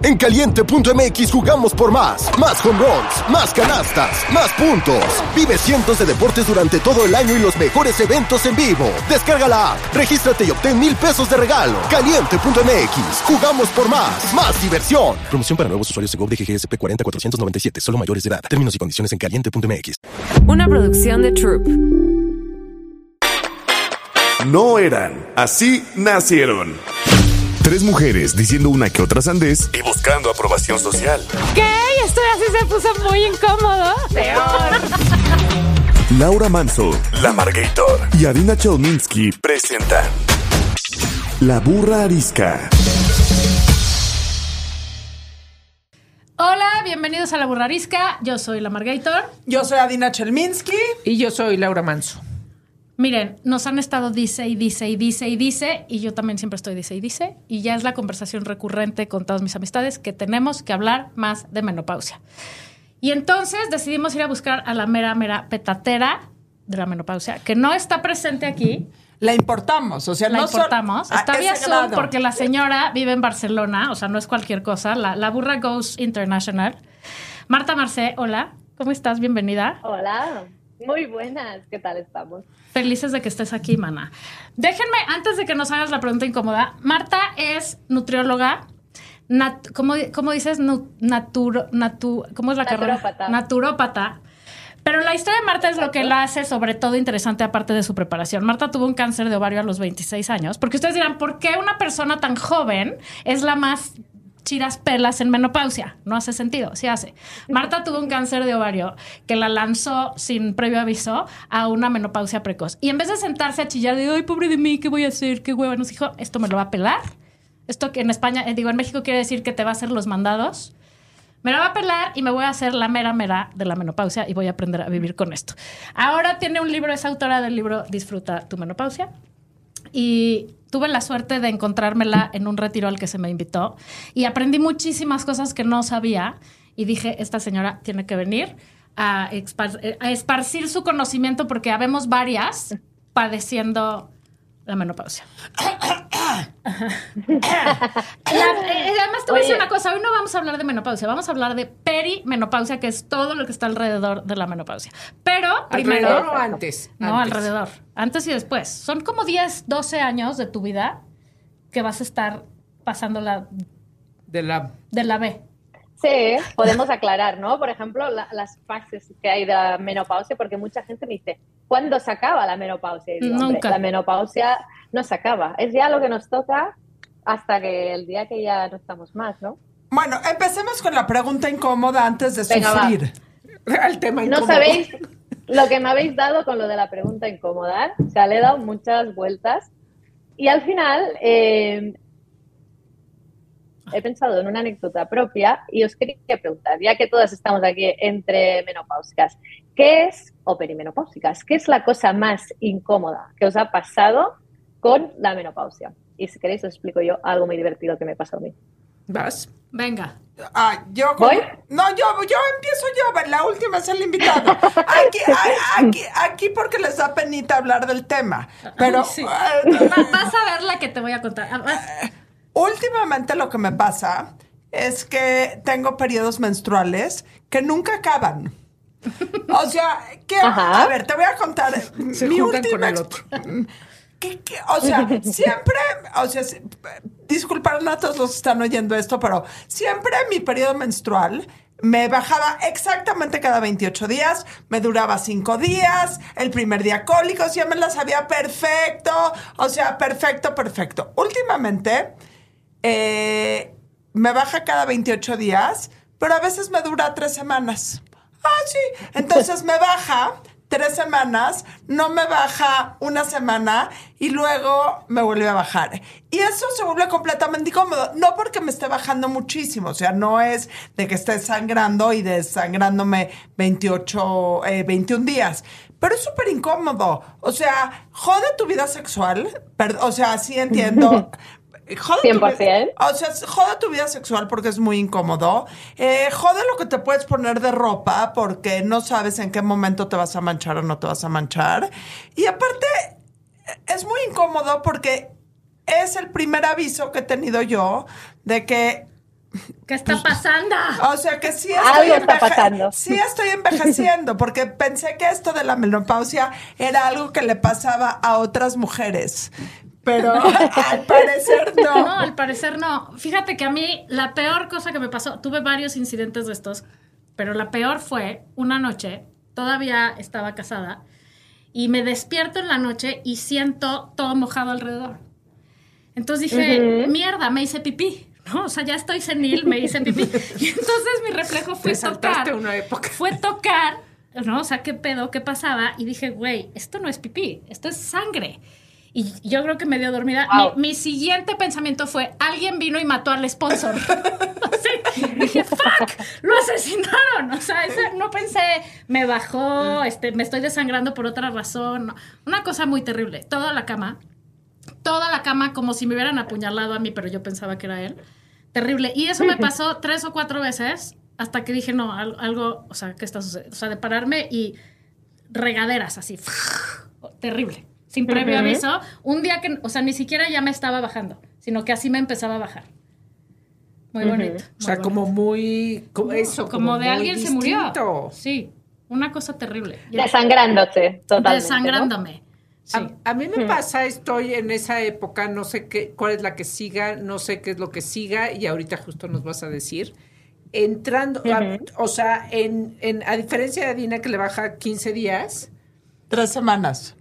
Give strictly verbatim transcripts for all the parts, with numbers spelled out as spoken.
En Caliente punto M X jugamos por más. Más home runs, más canastas, más puntos. Vive cientos de deportes durante todo el año y los mejores eventos en vivo. Descarga la app, regístrate y obtén mil pesos de regalo. Caliente punto M X. Jugamos por más. Más diversión. Promoción para nuevos usuarios de G O V de G G S P cuarenta cuatrocientos noventa y siete. Solo mayores de edad. Términos y condiciones en caliente punto M X. Una producción de Troop. No eran, así nacieron. Tres mujeres diciendo una que otra sandez y buscando aprobación social. ¿Qué? Esto así se puso muy incómodo. Peor. Laura Manso, La Margator y Adina Chelminsky presentan La Burra Arisca. Hola, bienvenidos a La Burra Arisca. Yo soy La Margator. Yo soy Adina Chelminsky. Y yo soy Laura Manso. Miren, nos han estado dice y dice y dice y dice, y yo también siempre estoy dice y dice, y ya es la conversación recurrente con todas mis amistades que tenemos que hablar más de menopausia. Y entonces decidimos ir a buscar a la mera, mera petatera de la menopausia, que no está presente aquí. La importamos, o sea, la no importamos. Sol, está vía Zoom grado. Porque la señora vive en Barcelona, o sea, no es cualquier cosa. La, la burra goes international. Marta Marcé, hola, ¿cómo estás? Bienvenida. Hola. Muy buenas, ¿qué tal estamos? Felices de que estés aquí, mana. Déjenme, antes de que nos hagas la pregunta incómoda, Marta es nutrióloga, nat, ¿cómo, cómo dices? Nu, naturo, natu, ¿Cómo es la Naturópata. carrera? Naturópata. Pero la historia de Marta es lo que la hace sobre todo interesante aparte de su preparación. Marta tuvo un cáncer de ovario a los veintiséis años, porque ustedes dirán, ¿por qué una persona tan joven es la más chiras pelas en menopausia? No hace sentido, sí hace. Marta tuvo un cáncer de ovario que la lanzó sin previo aviso a una menopausia precoz. Y en vez de sentarse a chillar de, ay, pobre de mí, ¿qué voy a hacer? ¿Qué hueva? Nos dijo, esto me lo va a pelar. Esto que en España, eh, digo, en México quiere decir que te va a hacer los mandados. Me la va a pelar y me voy a hacer la mera mera de la menopausia y voy a aprender a vivir con esto. Ahora tiene un libro, es autora del libro Disfruta tu menopausia. Y tuve la suerte de encontrármela en un retiro al que se me invitó y aprendí muchísimas cosas que no sabía y dije, esta señora tiene que venir a, espar- a esparcir su conocimiento porque habemos varias padeciendo la menopausia. La, eh, además te voy a decir una cosa, hoy no vamos a hablar de menopausia, vamos a hablar de perimenopausia, que es todo lo que está alrededor de la menopausia. Pero primero... ¿Alrededor o antes? No, antes. alrededor. Antes y después. Son como diez, doce años de tu vida que vas a estar pasando la, De la... de la B. Sí, podemos aclarar, ¿no? Por ejemplo, la, las fases que hay de la menopausia, porque mucha gente me dice, ¿cuándo se acaba la menopausia? Y digo, hombre, Nunca. la menopausia no se acaba. Es ya lo que nos toca hasta que el día que ya no estamos más, ¿no? Bueno, empecemos con la pregunta incómoda antes de Venga, sufrir. El tema No incómodo. sabéis lo que me habéis dado con lo de la pregunta incómoda. O sea, le he dado muchas vueltas y al final eh, he pensado en una anécdota propia y os quería preguntar, ya que todas estamos aquí entre menopáusicas, ¿qué es, o perimenopáusicas, qué es la cosa más incómoda que os ha pasado con la menopausia? Y si queréis os explico yo algo muy divertido que me pasó a mí. ¿Vas? Venga. Ah, yo como- ¿Voy? No, yo, yo empiezo yo, la última es el invitado. Aquí, a- aquí, aquí porque les da penita hablar del tema. Pero Ay, sí. eh, Va- vas a ver la que te voy a contar. Ah, vas. últimamente lo que me pasa es que tengo periodos menstruales que nunca acaban. O sea, que, Ajá. a ver, te voy a contar Se mi juntan última con el ex- otro. que- que- o sea, siempre, o sea, si- disculparán a todos los que están oyendo esto, pero siempre mi periodo menstrual me bajaba exactamente cada veintiocho días, me duraba cinco días, el primer día cólicos, ya me la sabía perfecto, o sea, perfecto, perfecto. Últimamente, eh, me baja cada veintiocho días, pero a veces me dura tres semanas. Ah, sí. Entonces me baja tres semanas, no me baja una semana y luego me vuelve a bajar. Y eso se vuelve completamente incómodo. No porque me esté bajando muchísimo, o sea, no es de que esté sangrando y desangrándome veintiocho, eh, veintiún días. Pero es súper incómodo. O sea, jode tu vida sexual. Per- o sea, sí entiendo. Jode cien tu por vi- ciento. O sea, jode tu vida sexual porque es muy incómodo. Eh, jode lo que te puedes poner de ropa porque no sabes en qué momento te vas a manchar o no te vas a manchar. Y aparte, es muy incómodo porque es el primer aviso que he tenido yo de que ¿Qué está pasando? O sea que sí Algo estoy, está enveje- pasando. sí estoy envejeciendo, porque pensé que esto de la menopausia era algo que le pasaba a otras mujeres. Pero al parecer No, no. al parecer no. Fíjate que a mí la peor cosa que me pasó, tuve varios incidentes de estos, pero la peor fue una noche, todavía estaba casada, y me despierto en la noche y siento todo mojado alrededor. Entonces dije, Ujú. mierda, me hice pipí, ¿no? O sea, ya estoy senil, me hice pipí. Y entonces mi reflejo fue Te saltaste tocar. una época. Fue tocar, ¿no? O sea, ¿qué pedo? ¿Qué pasaba? Y dije, güey, esto no es pipí, esto es sangre. Y yo creo que me dio dormida. Wow. Mi, mi siguiente pensamiento fue, alguien vino y mató al sponsor. Sí, dije, fuck, lo asesinaron. O sea, ese- no pensé, me bajó, este, me estoy desangrando por otra razón. No. Una cosa muy terrible. Toda la cama, toda la cama como si me hubieran apuñalado a mí, pero yo pensaba que era él. Terrible. Y eso me pasó tres o cuatro veces hasta que dije, no, al- algo, o sea, ¿qué está sucediendo? O sea, de pararme y regaderas así. Terrible. Sin previo Ujú. aviso. Un día que, o sea, ni siquiera ya me estaba bajando, sino que así me empezaba a bajar. Muy Ujú. bonito. O sea, muy como bonito. muy... Como eso, Como, como de muy alguien se distinto. murió. Sí, una cosa terrible. Y- Desangrándote, totalmente. ¿no? Desangrándome. Sí. A, a mí me Hmm. pasa, estoy en esa época, no sé qué, cuál es la que siga, no sé qué es lo que siga, y ahorita justo nos vas a decir. Entrando, a- Ujú. o sea, en, en, a diferencia de Dina que le baja quince días, Tres semanas.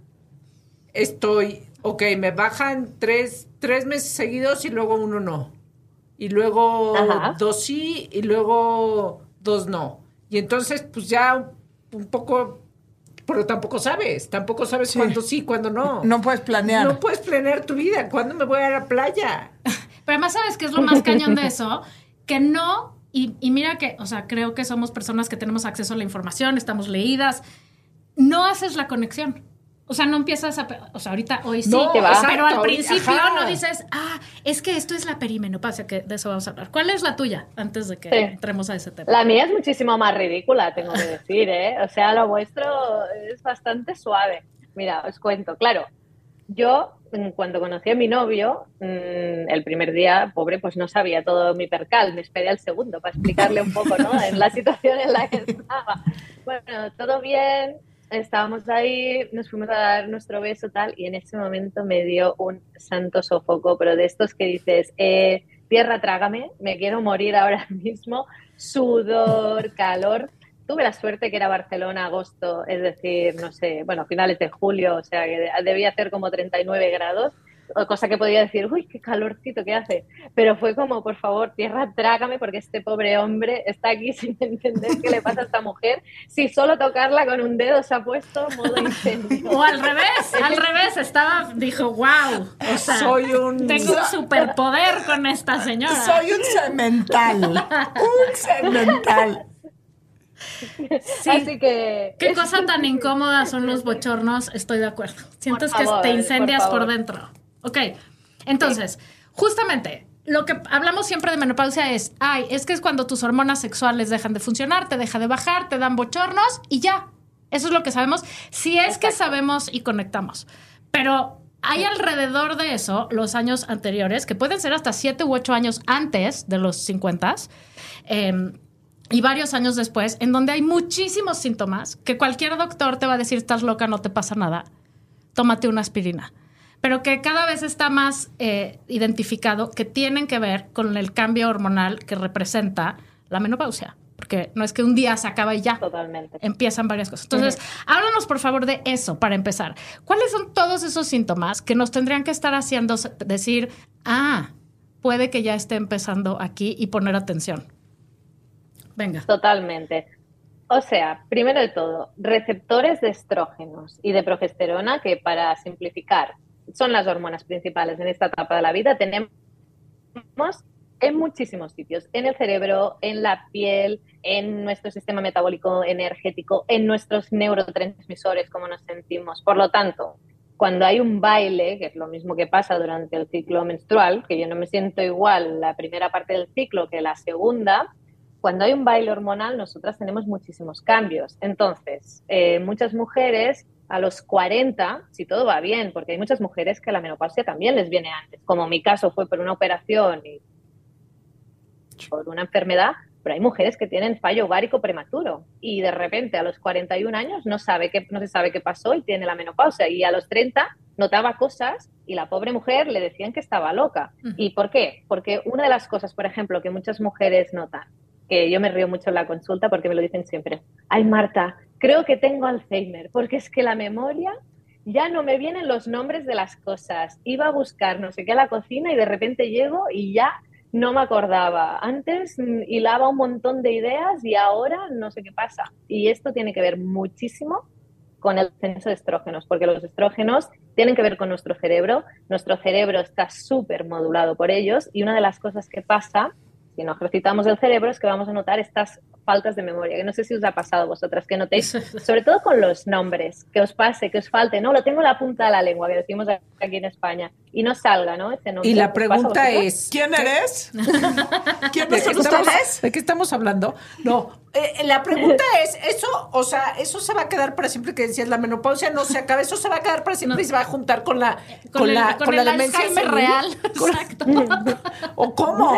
estoy, ok, me bajan tres, tres meses seguidos y luego uno no. Y luego Ajá. dos sí y luego dos no. Y entonces, pues ya un, un poco, pero tampoco sabes, tampoco sabes Sí. cuándo sí, cuándo no. No puedes planear. No puedes planear tu vida. ¿Cuándo me voy a la playa? Pero además, ¿sabes qué es lo más cañón de eso? Que no, y, y mira que, o sea, creo que somos personas que tenemos acceso a la información, estamos leídas, no haces la conexión. O sea, no empiezas a... pe- O sea, ahorita, hoy sí, No, te va. pero al exacto, principio ajá. no dices, ah, es que esto es la perimenopausia, que de eso vamos a hablar. ¿Cuál es la tuya? Antes de que Sí. entremos a ese tema. La mía es muchísimo más ridícula, tengo que decir, ¿eh? O sea, lo vuestro es bastante suave. Mira, os cuento, claro, yo mm, cuando conocí a mi novio, mm, el primer día, pobre, pues no sabía todo mi percal, me esperé al segundo para explicarle un poco, ¿no? En la situación en la que estaba. Bueno, todo bien, estábamos ahí, nos fuimos a dar nuestro beso tal, y en ese momento me dio un santo sofoco, pero de estos que dices, eh, tierra, trágame, me quiero morir ahora mismo, sudor, calor. Tuve la suerte que era Barcelona, agosto, es decir, no sé, bueno, finales de julio, o sea, que debía hacer como treinta y nueve grados, o cosa que podía decir, uy, qué calorcito que hace. Pero fue como, por favor, tierra, trágame, porque este pobre hombre está aquí sin entender qué le pasa a esta mujer, si solo tocarla con un dedo se ha puesto modo incendio. O al revés, al revés, estaba, dijo, wow, o sea, Soy un... tengo un superpoder con esta señora. Soy un cemental. Un cemental. Sí. Así que... Qué cosa tan incómoda son los bochornos, estoy de acuerdo. Sientes Por favor, que te incendias por por, favor. dentro. Ok, entonces, justamente, lo que hablamos siempre de menopausia es, ay, es que es cuando tus hormonas sexuales dejan de funcionar, te deja de bajar, te dan bochornos y ya. Eso es lo que sabemos, si es que sabemos y conectamos. Pero hay alrededor de eso los años anteriores, que pueden ser hasta siete u ocho años antes de los cincuenta, eh, y varios años después, en donde hay muchísimos síntomas que cualquier doctor te va a decir, estás loca, no te pasa nada, tómate una aspirina. Pero que cada vez está más eh, identificado que tienen que ver con el cambio hormonal que representa la menopausia. Porque no es que un día se acaba y ya. Totalmente. Empiezan varias cosas. Entonces, uh-huh. háblanos por favor de eso para empezar. ¿Cuáles son todos esos síntomas que nos tendrían que estar haciendo decir, ah, puede que ya esté empezando aquí y poner atención? Venga. Totalmente. O sea, primero de todo, receptores de estrógenos y de progesterona, que para simplificar son las hormonas principales en esta etapa de la vida, tenemos en muchísimos sitios, en el cerebro, en la piel, en nuestro sistema metabólico energético, en nuestros neurotransmisores, cómo nos sentimos. Por lo tanto, cuando hay un baile, que es lo mismo que pasa durante el ciclo menstrual, que yo no me siento igual la primera parte del ciclo que la segunda, cuando hay un baile hormonal, nosotras tenemos muchísimos cambios. Entonces, eh, muchas mujeres a los cuarenta, si todo va bien, porque hay muchas mujeres que la menopausia también les viene antes, como mi caso fue por una operación y por una enfermedad, pero hay mujeres que tienen fallo ovárico prematuro y de repente a los cuarenta y un años no, sabe qué, no se sabe qué pasó y tiene la menopausia, y a los treinta notaba cosas y la pobre mujer le decían que estaba loca. Uh-huh. ¿Y por qué? Porque una de las cosas, por ejemplo, que muchas mujeres notan, que yo me río mucho en la consulta porque me lo dicen siempre, ay Marta, creo que tengo Alzheimer, porque es que la memoria ya no me vienen los nombres de las cosas. Iba a buscar no sé qué a la cocina y de repente llego y ya no me acordaba. Antes hilaba un montón de ideas y ahora no sé qué pasa. Y esto tiene que ver muchísimo con el exceso de estrógenos, porque los estrógenos tienen que ver con nuestro cerebro. Nuestro cerebro está súper modulado por ellos y una de las cosas que pasa si no ejercitamos el cerebro es que vamos a notar estas faltas de memoria, que no sé si os ha pasado a vosotras, que notéis, sobre todo con los nombres, que os pase, que os falte, no, lo tengo en la punta de la lengua, que decimos aquí en España, y no salga, ¿no? Ese nombre. Y la pregunta es... ¿Quién eres? ¿Quién ¿De, qué estamos, eres? ¿De qué estamos hablando? No, eh, la pregunta es, eso, o sea, eso se va a quedar para siempre, que decías, la menopausia no se acaba, eso se va a quedar para siempre no. Y se va a juntar con la, con con la, el, con con el la demencia real. Exacto. ¿O cómo?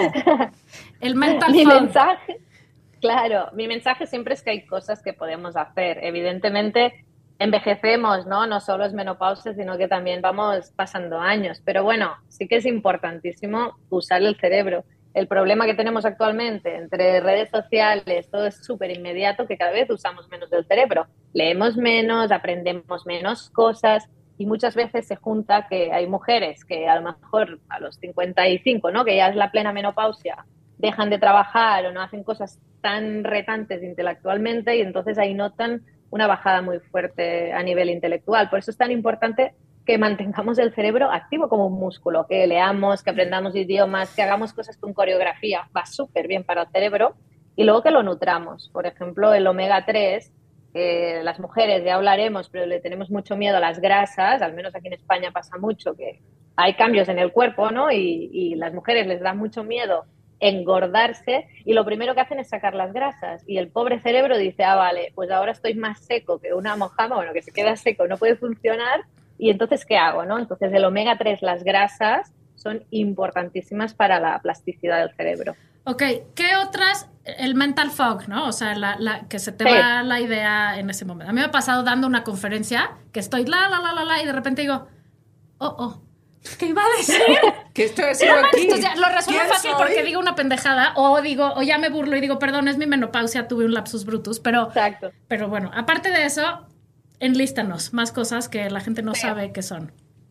El mental mi phone. mensaje, claro, mi mensaje siempre es que hay cosas que podemos hacer. Evidentemente envejecemos, ¿no? No solo es menopausia, sino que también vamos pasando años. Pero bueno, sí que es importantísimo usar el cerebro. El problema que tenemos actualmente entre redes sociales, todo es súper inmediato, que cada vez usamos menos del cerebro. Leemos menos, aprendemos menos cosas. Y muchas veces se junta que hay mujeres que a lo mejor a los cincuenta y cinco, ¿no? Que ya es la plena menopausia, dejan de trabajar o no hacen cosas tan retantes intelectualmente y entonces ahí notan una bajada muy fuerte a nivel intelectual. Por eso es tan importante que mantengamos el cerebro activo como un músculo, que leamos, que aprendamos idiomas, que hagamos cosas con coreografía, va súper bien para el cerebro, y luego que lo nutramos. Por ejemplo, el omega tres, que las mujeres ya hablaremos, pero le tenemos mucho miedo a las grasas, al menos aquí en España pasa mucho, que hay cambios en el cuerpo, ¿no? Y, y las mujeres les da mucho miedo engordarse y lo primero que hacen es sacar las grasas y el pobre cerebro dice, ah, vale, pues ahora estoy más seco que una mojama, bueno, que se queda seco, no puede funcionar y entonces, ¿qué hago, no? Entonces el omega tres, las grasas, son importantísimas para la plasticidad del cerebro. Ok, ¿qué otras? El mental fog, ¿no? O sea, la, la, que se te sí. va la idea en ese momento. A mí me ha pasado dando una conferencia que estoy la, la, la, la, la y de repente digo, oh, oh, ¿qué iba a decir? ¿Qué estoy haciendo aquí? Entonces, lo resuelvo fácil soy? porque digo una pendejada o digo, o ya me burlo y digo, perdón, es mi menopausia, tuve un lapsus brutus, pero, Exacto. pero bueno, aparte de eso, enlístanos más cosas que la gente no sí. sabe qué son.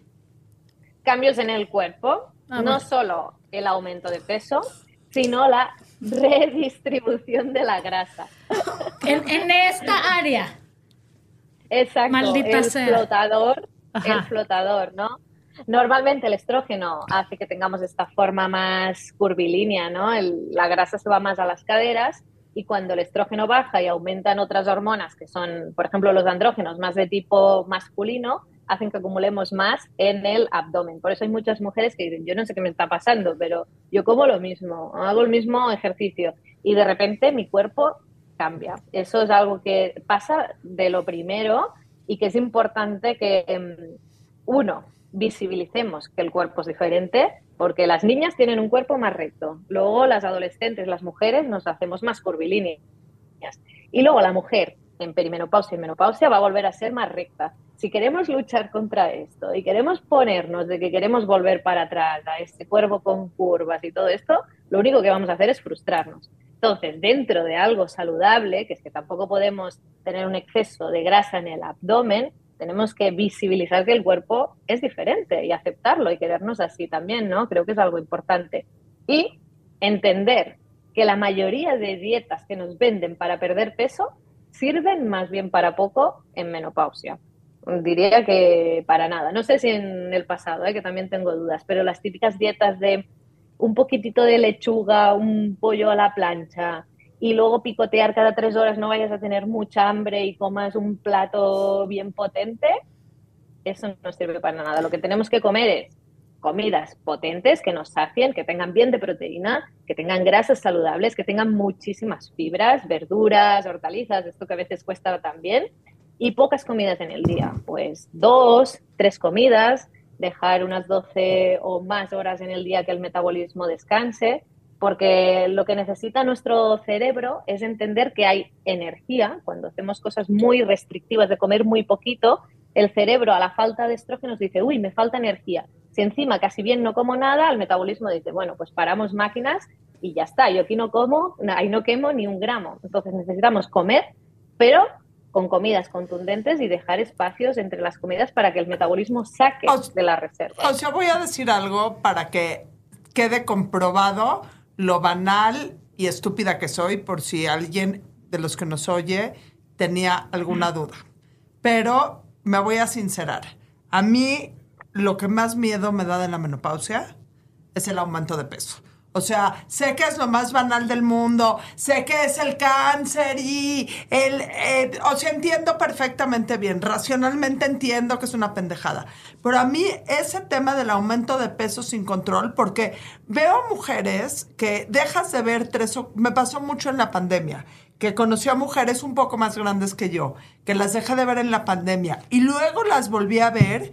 Cambios en el cuerpo, ah, no bueno. solo el aumento de peso, sino la redistribución de la grasa. En, en esta área. Exacto. Maldita el sea. flotador, Ajá. el flotador, ¿no? Normalmente el estrógeno hace que tengamos esta forma más curvilínea, ¿no? El, la grasa se va más a las caderas y cuando el estrógeno baja y aumentan otras hormonas que son, por ejemplo, los andrógenos más de tipo masculino, hacen que acumulemos más en el abdomen. Por eso hay muchas mujeres que dicen, yo no sé qué me está pasando, pero yo como lo mismo, hago el mismo ejercicio y de repente mi cuerpo cambia. Eso es algo que pasa de lo primero y que es importante que, uno, visibilicemos que el cuerpo es diferente, porque las niñas tienen un cuerpo más recto. Luego las adolescentes, las mujeres, nos hacemos más curvilíneas. Y luego la mujer en perimenopausia y menopausia va a volver a ser más recta. Si queremos luchar contra esto y queremos ponernos de que queremos volver para atrás a este cuerpo con curvas y todo esto, lo único que vamos a hacer es frustrarnos. Entonces, dentro de algo saludable, que es que tampoco podemos tener un exceso de grasa en el abdomen, tenemos que visibilizar que el cuerpo es diferente y aceptarlo y querernos así también, ¿no? Creo que es algo importante. Y entender que la mayoría de dietas que nos venden para perder peso sirven más bien para poco en menopausia. Diría que para nada. No sé si en el pasado, ¿eh? Que también tengo dudas, pero las típicas dietas de un poquitito de lechuga, un pollo a la plancha y luego picotear cada tres horas, no vayas a tener mucha hambre y comas un plato bien potente, eso no sirve para nada. Lo que tenemos que comer es comidas potentes que nos sacien, que tengan bien de proteína, que tengan grasas saludables, que tengan muchísimas fibras, verduras, hortalizas, esto que a veces cuesta también, y pocas comidas en el día, pues dos, tres comidas, dejar unas doce o más horas en el día que el metabolismo descanse porque lo que necesita nuestro cerebro es entender que hay energía. Cuando hacemos cosas muy restrictivas de comer muy poquito, el cerebro a la falta de estrógenos dice, uy, me falta energía. Si encima casi bien no como nada, el metabolismo dice, bueno, pues paramos máquinas y ya está. Yo aquí no como, ahí no quemo ni un gramo. Entonces necesitamos comer, pero con comidas contundentes y dejar espacios entre las comidas para que el metabolismo saque O- de la reserva. O sea, voy a decir algo para que quede comprobado lo banal y estúpida que soy, por si alguien de los que nos oye tenía alguna duda. Pero me voy a sincerar. A mí lo que más miedo me da de la menopausia es el aumento de peso. O sea, sé que es lo más banal del mundo, sé que es el cáncer y el... eh, o sea, entiendo perfectamente bien, racionalmente entiendo que es una pendejada. Pero a mí ese tema del aumento de peso sin control, porque veo mujeres que dejas de ver tres... o- me pasó mucho en la pandemia, que conocí a mujeres un poco más grandes que yo, que las dejé de ver en la pandemia y luego las volví a ver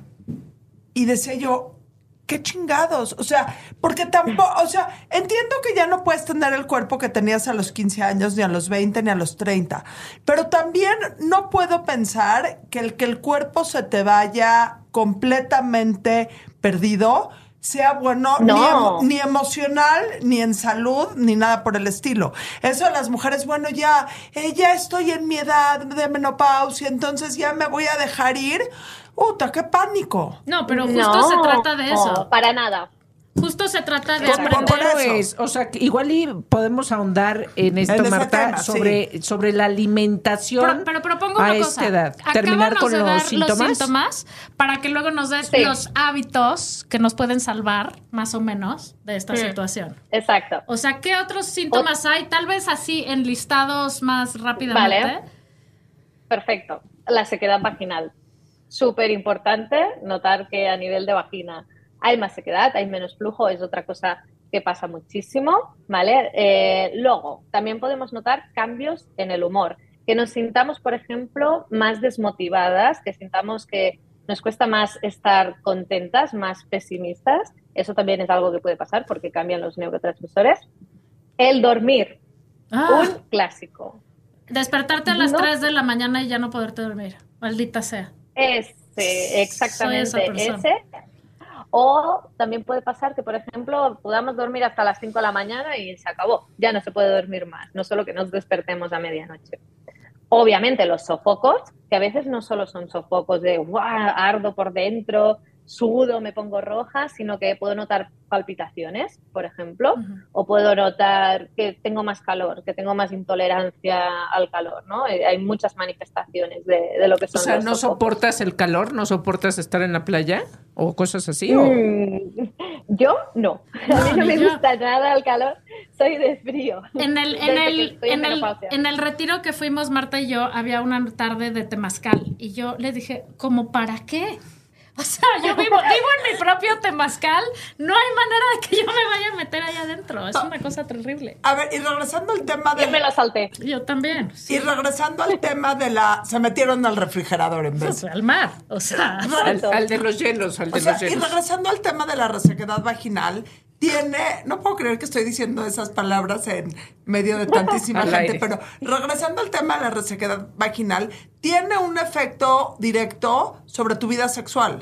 y decía yo... ¡Qué chingados! O sea, porque tampoco, o sea, entiendo que ya no puedes tener el cuerpo que tenías a los quince años, ni a los veinte, ni a los treinta. Pero también no puedo pensar que el que el cuerpo se te vaya completamente perdido sea bueno No. ni, emo- ni emocional, ni en salud, ni nada por el estilo. Eso de las mujeres, bueno, ya, eh, ya estoy en mi edad de menopausia, entonces ya me voy a dejar ir. ¡Uta, qué pánico! No, pero justo No, se trata de eso. no, para nada. Justo se trata de Por- por aprender. eso. Pero es, o sea, que igual y podemos ahondar en esto, En ese Marta, tema, sobre, sobre la alimentación Pero, pero propongo a una esta cosa. edad. Terminar Acábanos con de los dar síntomas. los síntomas para que luego nos des Sí. los hábitos que nos pueden salvar, más o menos, de esta situación. Exacto. O sea, ¿qué otros síntomas hay? Tal vez así enlistados más rápidamente. Vale. Perfecto. La sequedad vaginal. Súper importante notar que a nivel de vagina hay más sequedad, hay menos flujo, es otra cosa que pasa muchísimo, ¿vale? Eh, luego, también podemos notar cambios en el humor, que nos sintamos, por ejemplo, más desmotivadas, que sintamos que nos cuesta más estar contentas, más pesimistas. Eso también es algo que puede pasar porque cambian los neurotransmisores. El dormir, Ah, un clásico. despertarte a las No. tres de la mañana y ya no poderte dormir. Maldita sea. Ese, exactamente Soy esa persona. ese. O también puede pasar que, por ejemplo, podamos dormir hasta las cinco de la mañana y se acabó. Ya no se puede dormir más, no solo que nos despertemos a medianoche. Obviamente los sofocos, que a veces no solo son sofocos de ¡guau! Ardo por dentro, sudo, me pongo roja, sino que puedo notar palpitaciones, por ejemplo, Ujú. o puedo notar que tengo más calor, que tengo más intolerancia al calor, ¿no? Eh, Hay muchas manifestaciones de, de lo que O son sea, los ¿no sofocos. soportas el calor? ¿No soportas estar en la playa? ¿O cosas así? ¿O? Mm, yo no. A mí No, no ni me yo. gusta nada el calor. Soy de frío. En el, en, Desde que el, estoy en, el, menopausia. en el retiro que fuimos Marta y yo, había una tarde de temazcal y yo le dije, ¿cómo para qué? O sea, yo vivo, vivo en mi propio temazcal, no hay manera de que yo me vaya a meter allá adentro, es una cosa terrible. A ver, y regresando al tema Yo me de... lo salté. Yo también, sí, Y regresando al tema de la... Se metieron al refrigerador en vez. pues, al mar, o sea, Al, al de los hielos, al O de sea, los y hielos. regresando al tema de la resequedad vaginal, tiene, no puedo creer que estoy diciendo esas palabras en medio de tantísima Al gente, aire. pero regresando al tema de la resequedad vaginal, tiene un efecto directo sobre tu vida sexual.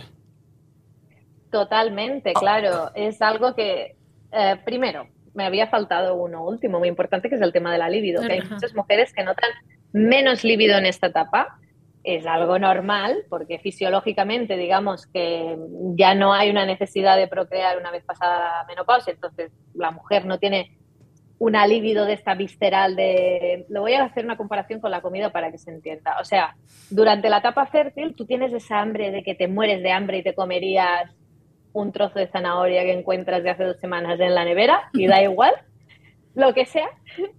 Totalmente, claro. Es algo que, eh, primero, me había faltado uno último, muy importante, que es el tema de la libido. Que hay Ajá. muchas mujeres que notan menos libido en esta etapa. Es algo normal, porque fisiológicamente, digamos que ya no hay una necesidad de procrear una vez pasada la menopausia, entonces la mujer no tiene una libido de esta visceral de... Lo voy a hacer una comparación con la comida para que se entienda. O sea, durante la etapa fértil tú tienes esa hambre de que te mueres de hambre y te comerías un trozo de zanahoria que encuentras de hace dos semanas en la nevera y da igual, lo que sea.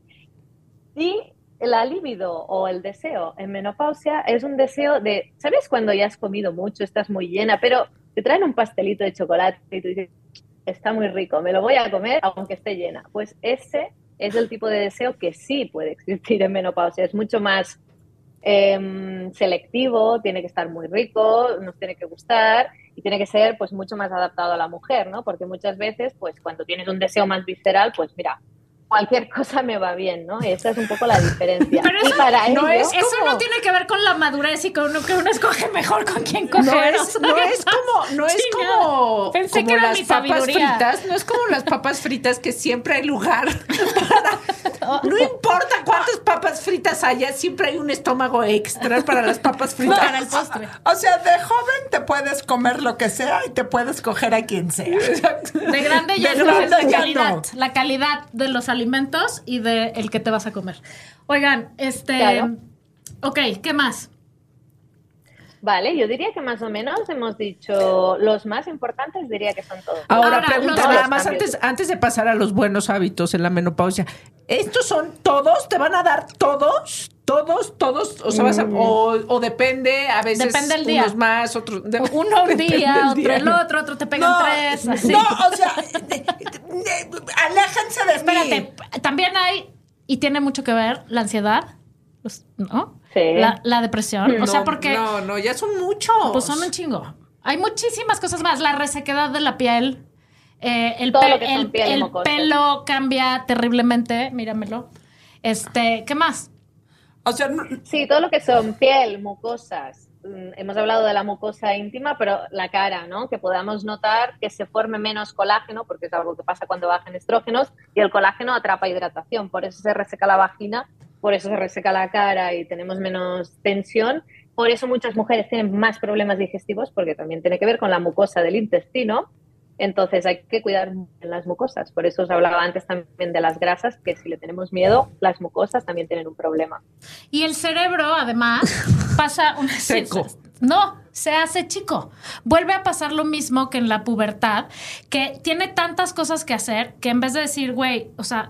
Y la libido o el deseo en menopausia es un deseo de, ¿sabes cuando ya has comido mucho, estás muy llena, pero te traen un pastelito de chocolate y tú dices, está muy rico, me lo voy a comer aunque esté llena? Pues ese es el tipo de deseo que sí puede existir en menopausia, es mucho más eh, selectivo, tiene que estar muy rico, nos tiene que gustar y tiene que ser pues mucho más adaptado a la mujer, ¿no? Porque muchas veces, pues cuando tienes un deseo más visceral, pues mira, cualquier cosa me va bien, ¿no? Y esa es un poco la diferencia. Pero y eso, para no ello, es, eso como- no tiene que ver con la madurez y con uno, que uno escoge mejor con quién coger. No o es, sea, no ¿qué es pasa? como, no es Chingada. como, Pensé como que era las mi papas sabiduría. fritas, no es como las papas fritas que siempre hay lugar para, no importa cuántas papas fritas haya, siempre hay un estómago extra para las papas fritas. Para el postre. O sea, de joven te puedes comer lo que sea y te puedes coger a quien sea. De grande ya De es la, grande la ya calidad, no. la calidad de los alimentos y de el que te vas a comer. Oigan, este, Claro. ok, ¿qué más? vale, yo diría que más o menos hemos dicho los más importantes, diría que son todos. Ahora, Ahora, pregunta los- nada más cambios. antes, antes de pasar a los buenos hábitos en la menopausia. ¿Estos son todos? ¿Te van a dar todos? ¿Todos? ¿Todos? O sea, vas a- o, o depende, a veces Depende del día. unos más, otros... de- Uno un depende día, del otro día. el otro, otro te pegan No, tres, así. no, o sea, de- de- de- aléjense de Espérate, mí. también hay, y tiene mucho que ver, la ansiedad, los- ¿no? Sí. La, la depresión, o sea, No, porque No, no, ya son muchos. pues son un chingo. Hay muchísimas cosas más, la resequedad de la piel, eh, el, Todo pe- lo que son el- piel y el mucosas. pelo cambia terriblemente, míramelo. Este, ¿qué más? O sea, no- Sí, todo lo que son piel, mucosas. Mm, Hemos hablado de la mucosa íntima, pero la cara, ¿no? Que podamos notar que se forme menos colágeno, porque es algo que pasa cuando bajan estrógenos, y el colágeno atrapa hidratación, por eso se reseca la vagina, por eso se reseca la cara y tenemos menos tensión. Por eso muchas mujeres tienen más problemas digestivos, porque también tiene que ver con la mucosa del intestino. Entonces hay que cuidar en las mucosas. Por eso os hablaba antes también de las grasas, que si le tenemos miedo, las mucosas también tienen un problema. Y el cerebro, además, pasa un Seco. No, se hace chico. Vuelve a pasar lo mismo que en la pubertad, que tiene tantas cosas que hacer que en vez de decir, güey, o sea,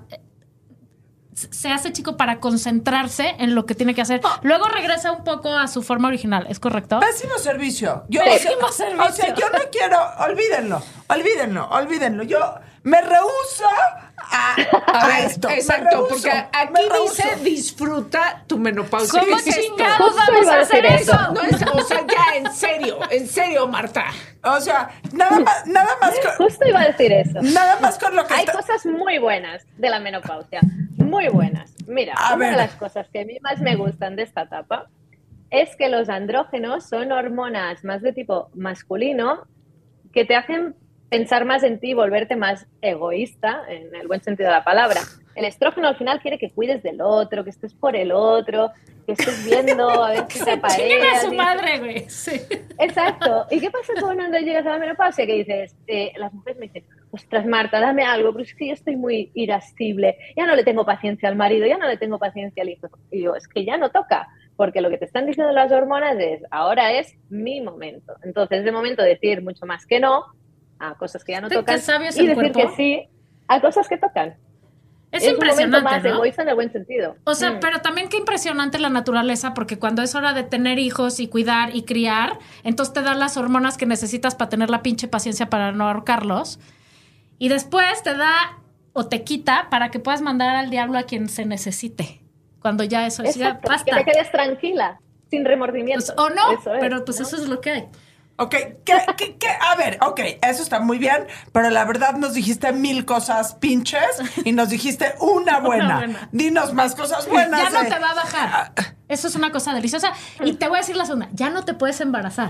se hace chico para concentrarse en lo que tiene que hacer. Luego regresa un poco a su forma original, ¿es correcto? pésimo servicio. Yo, Pésimo o sea, servicio. O sea, yo no quiero, olvídenlo, olvídenlo, olvídenlo. Yo me rehúso a, a, A ver, esto. me exacto, rehúso, porque aquí me rehúso. dice disfruta tu menopausia. ¿Cómo ¿Qué es esto? chingados Justo vamos iba a a hacer decir eso? eso. No es, o sea, ya, en serio, en serio, Marta. O sea, nada más, nada más con, Justo iba a decir eso. nada más con lo que Hay está. cosas muy buenas de la menopausia, muy buenas. Mira, A una ver. de las cosas que a mí más me gustan de esta etapa es que los andrógenos son hormonas más de tipo masculino que te hacen pensar más en ti, volverte más egoísta, en el buen sentido de la palabra. El estrógeno al final quiere que cuides del otro, que estés por el otro, que estés viendo a ver si te Se chinga a su aparece. madre, güey. Sí. Exacto. ¿Y qué pasa cuando llegas a la menopausia? Que dices, eh, las mujeres me dicen, ostras, Marta, dame algo, pero es que yo estoy muy irascible, ya no le tengo paciencia al marido, ya no le tengo paciencia al hijo. Y yo, es que ya no toca, porque lo que te están diciendo las hormonas es, ahora es mi momento. Entonces, es de momento decir mucho más que no a cosas que ya no Qué tocan sabio es y el decir cuerpo. que sí a cosas que tocan. Es, un momento impresionante, más ¿no? egoísta en el buen sentido. O sea, Mm. pero también qué impresionante la naturaleza, porque cuando es hora de tener hijos y cuidar y criar, entonces te dan las hormonas que necesitas para tener la pinche paciencia para no ahorcarlos. Y después te da o te quita para que puedas mandar al diablo a quien se necesite. Cuando ya eso es, ya Exacto, basta. que te quedes tranquila, sin remordimientos. Pues, o no, Eso es, pero pues ¿no? eso es lo que hay. Ok, ¿qué, qué, qué? A ver, ok, eso está muy bien, pero la verdad nos dijiste mil cosas pinches y nos dijiste una buena. buena. Dinos más cosas buenas. Ya no eh. te va a bajar. Eso es una cosa deliciosa. Y te voy a decir la segunda, ya no te puedes embarazar.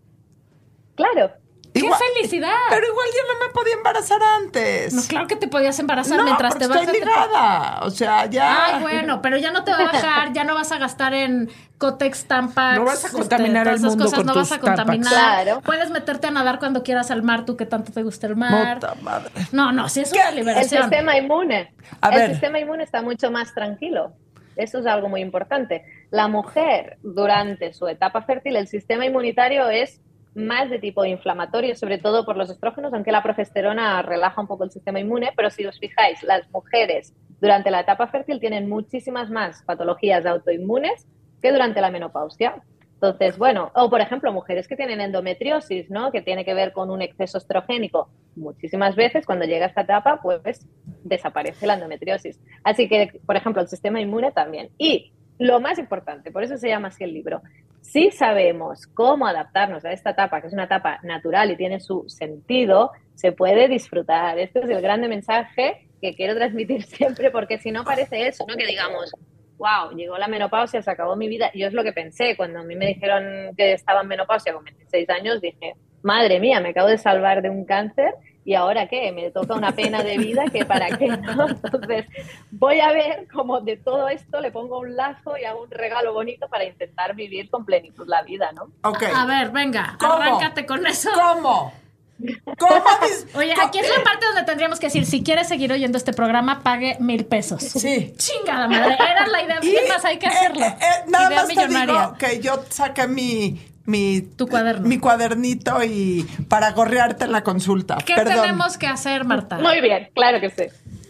Claro. ¡Qué Igual- felicidad! Pero igual yo no me podía embarazar antes. No, claro que te podías embarazar No, mientras porque te bajas. estoy te- ligada. O sea, ya. Ay, bueno, pero ya no te va a bajar, ya no vas a gastar en Cotex, Tampax. No vas a contaminar todas el esas mundo cosas, con no tus vas a contaminar. Tampax. Claro. Puedes meterte a nadar cuando quieras al mar, tú que tanto te gusta el mar. Puta madre. No, no, sí es ¿Qué? una El liberación. sistema inmune. A el ver. sistema inmune está mucho más tranquilo. Eso es algo muy importante. La mujer, durante su etapa fértil, el sistema inmunitario es más de tipo inflamatorio, sobre todo por los estrógenos, aunque la progesterona relaja un poco el sistema inmune, pero si os fijáis, las mujeres durante la etapa fértil tienen muchísimas más patologías autoinmunes que durante la menopausia. Entonces, bueno, o por ejemplo, mujeres que tienen endometriosis, ¿no? Que tiene que ver con un exceso estrogénico. Muchísimas veces cuando llega esta etapa, pues desaparece la endometriosis. Así que, por ejemplo, el sistema inmune también. Y lo más importante, por eso se llama así el libro. Si sabemos cómo adaptarnos a esta etapa, que es una etapa natural y tiene su sentido, se puede disfrutar. Este es el grande mensaje que quiero transmitir siempre, porque si no parece eso, ¿no? Que digamos, wow, llegó la menopausia, se acabó mi vida. Yo es lo que pensé cuando a mí me dijeron que estaba en menopausia con veintiséis años, dije, madre mía, me acabo de salvar de un cáncer y ahora qué, me toca una pena de vida que para qué, ¿no? Entonces voy a ver cómo de todo esto le pongo un lazo y hago un regalo bonito para intentar vivir con plenitud la vida, ¿no? Ok. A ver, venga, ¿Cómo? arráncate con eso. ¿Cómo? ¿Cómo? dis- Oye, co- aquí es la parte donde tendríamos que decir, si quieres seguir oyendo este programa, pague mil pesos. Sí. Chingada madre, era la idea. Y, Es más, hay que eh, hacerlo. eh, eh, nada Idea más millonaria. te digo que yo saqué mi, mi... Tu cuaderno. Mi cuadernito y para gorrearte en la consulta. ¿Qué Perdón. tenemos que hacer, Marta? Muy bien, claro que sí.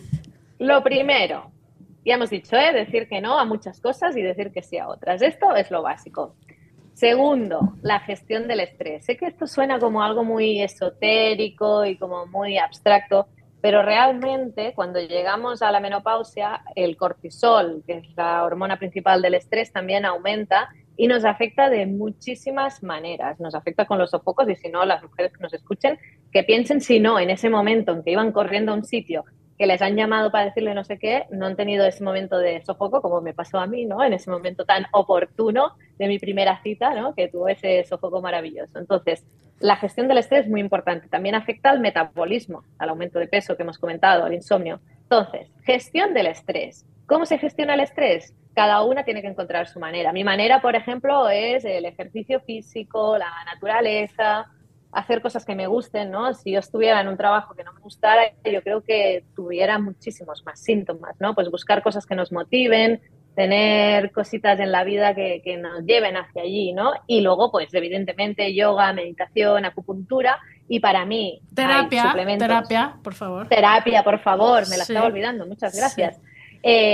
Lo primero, ya hemos dicho, ¿eh? Decir que no a muchas cosas y decir que sí a otras. Esto es lo básico. Segundo, la gestión del estrés. Sé que esto suena como algo muy esotérico y como muy abstracto, pero realmente cuando llegamos a la menopausia, el cortisol, que es la hormona principal del estrés, también aumenta y nos afecta de muchísimas maneras. Nos afecta con los sofocos y si no, las mujeres que nos escuchen, que piensen si no, en ese momento en que iban corriendo a un sitio que les han llamado para decirle no sé qué, no han tenido ese momento de sofoco como me pasó a mí, ¿no? En ese momento tan oportuno de mi primera cita, ¿no? Que tuvo ese sofoco maravilloso. Entonces, la gestión del estrés es muy importante. También afecta al metabolismo, al aumento de peso que hemos comentado, al insomnio. Entonces, gestión del estrés. ¿Cómo se gestiona el estrés? Cada una tiene que encontrar su manera. Mi manera, por ejemplo, es el ejercicio físico, la naturaleza, hacer cosas que me gusten, ¿no? Si yo estuviera en un trabajo que no me gustara, yo creo que tuviera muchísimos más síntomas, ¿no? Pues buscar cosas que nos motiven, tener cositas en la vida que, que nos lleven hacia allí, ¿no? Y luego, pues, evidentemente, yoga, meditación, acupuntura, y para mí, Terapia, hay suplementos. terapia, por favor. Terapia, por favor, me la Sí. estaba olvidando, muchas gracias. Sí. Eh,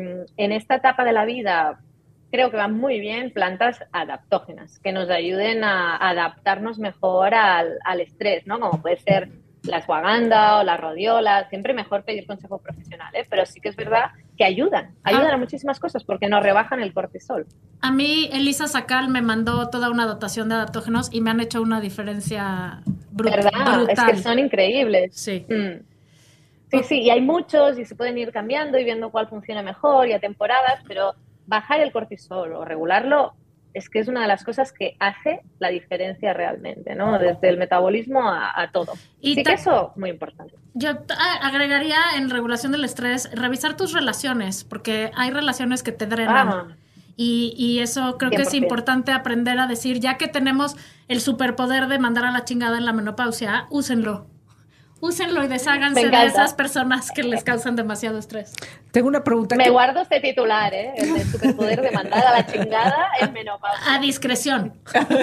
en esta etapa de la vida creo que van muy bien plantas adaptógenas que nos ayuden a adaptarnos mejor al, al estrés, ¿no? Como puede ser la ashwagandha o la rodiola. Siempre mejor pedir consejo profesional, ¿eh? Pero sí que es verdad que ayudan, ayudan Ah. a muchísimas cosas porque nos rebajan el cortisol. A mí, Elisa Sacal me mandó toda una dotación de adaptógenos y me han hecho una diferencia bru- ¿Verdad? brutal. Es que son increíbles. Sí. Mm. Sí, sí, y hay muchos y se pueden ir cambiando y viendo cuál funciona mejor y a temporadas, pero bajar el cortisol o regularlo es que es una de las cosas que hace la diferencia realmente, ¿no? Desde el metabolismo a, a todo. Y sí ta- que eso, muy importante. Yo t- a- agregaría en regulación del estrés, revisar tus relaciones, porque hay relaciones que te drenan. Ah. Y, y eso creo que cien por es ciento. importante aprender a decir, ya que tenemos el superpoder de mandar a la chingada en la menopausia, úsenlo. Úsenlo y desháganse Me de encanta. esas personas que les causan demasiado estrés. Tengo una pregunta. Me ¿Qué- guardo este titular, ¿eh? El de superpoder de mandar a la chingada en menopausia. A discreción.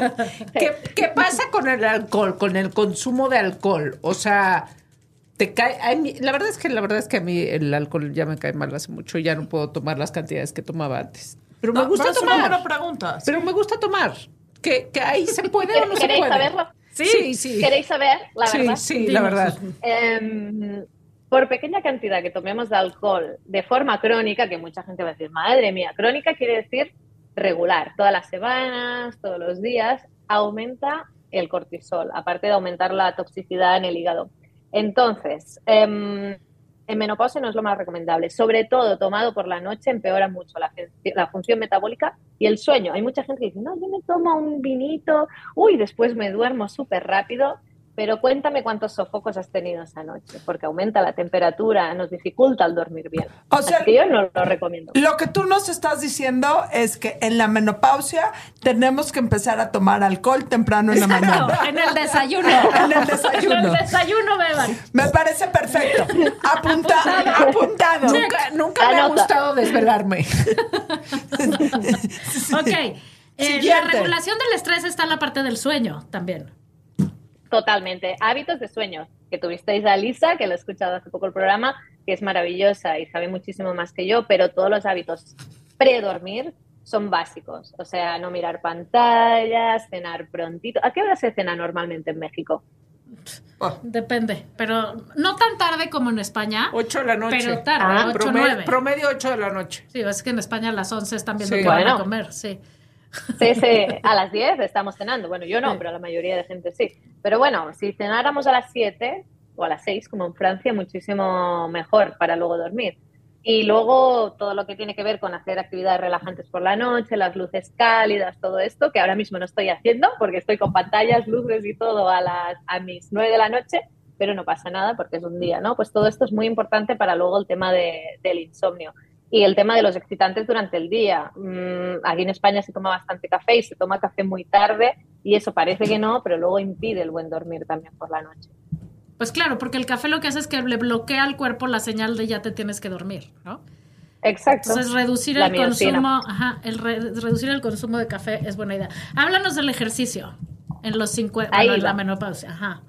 ¿Qué, qué pasa con el alcohol, con el consumo de alcohol? O sea, te cae. A mí- la verdad es que la verdad es que a mí el alcohol ya me cae mal hace mucho. Ya no puedo tomar las cantidades que tomaba antes. Pero me No, gusta pero es una tomar. buena pregunta. Pero me gusta tomar. ¿Que, que ahí se puede o no se ¿Queréis puede? saberlo? Sí, sí, sí. ¿Queréis saber la sí, verdad? sí, la verdad. Em, por pequeña cantidad que tomemos de alcohol de forma crónica, que mucha gente va a decir, madre mía, crónica quiere decir regular, todas las semanas, todos los días, aumenta el cortisol, aparte de aumentar la toxicidad en el hígado. Entonces, em, en menopausia no es lo más recomendable. Sobre todo, tomado por la noche empeora mucho la, func- la función metabólica y el sueño. Hay mucha gente que dice, no, yo me tomo un vinito, uy, después me duermo súper rápido. Pero cuéntame cuántos sofocos has tenido esa noche, porque aumenta la temperatura, nos dificulta el dormir bien. O sea, Así que yo no lo recomiendo. Lo que tú nos estás diciendo es que en la menopausia tenemos que empezar a tomar alcohol temprano en la mañana. No, en el desayuno. En el desayuno. En el desayuno beban. Me parece perfecto. Apuntado, apuntado. Nunca, nunca me ha Anota. gustado desvelarme. Ok. Eh, la Siguiente. regulación del estrés está en la parte del sueño también. Totalmente. Hábitos de sueño, que tuvisteis a Lisa, que lo he escuchado hace poco el programa, que es maravillosa y sabe muchísimo más que yo, pero todos los hábitos pre-dormir son básicos. O sea, no mirar pantallas, cenar prontito. ¿A qué hora se cena normalmente en México? Oh. Depende, pero no tan tarde como en España. ocho de la noche. Pero tarde, Ah, ocho, promedio, nueve. promedio ocho de la noche. Sí, es que en España a las once están viendo Sí. qué van a Bueno. comer, sí. Sí, sí, a las diez estamos cenando. Bueno, yo no, Sí. pero la mayoría de gente sí. Pero bueno, si cenáramos a las siete o a las seis, como en Francia, muchísimo mejor para luego dormir. Y luego todo lo que tiene que ver con hacer actividades relajantes por la noche, las luces cálidas, todo esto, que ahora mismo no estoy haciendo porque estoy con pantallas, luces y todo a, las, a mis nueve de la noche, pero no pasa nada porque es un día, ¿no? Pues todo esto es muy importante para luego el tema de, del insomnio. Y el tema de los excitantes durante el día. Mm, aquí en España se toma bastante café y se toma café muy tarde y eso parece que no, pero luego impide el buen dormir también por la noche. Pues claro, porque el café lo que hace es que le bloquea al cuerpo la señal de ya te tienes que dormir, ¿no? Exacto. Entonces reducir La el miocina. consumo, ajá, el re- reducir el consumo de café es buena idea. Háblanos del ejercicio en los cincuenta, Ahí bueno, en la va. menopausia, ajá.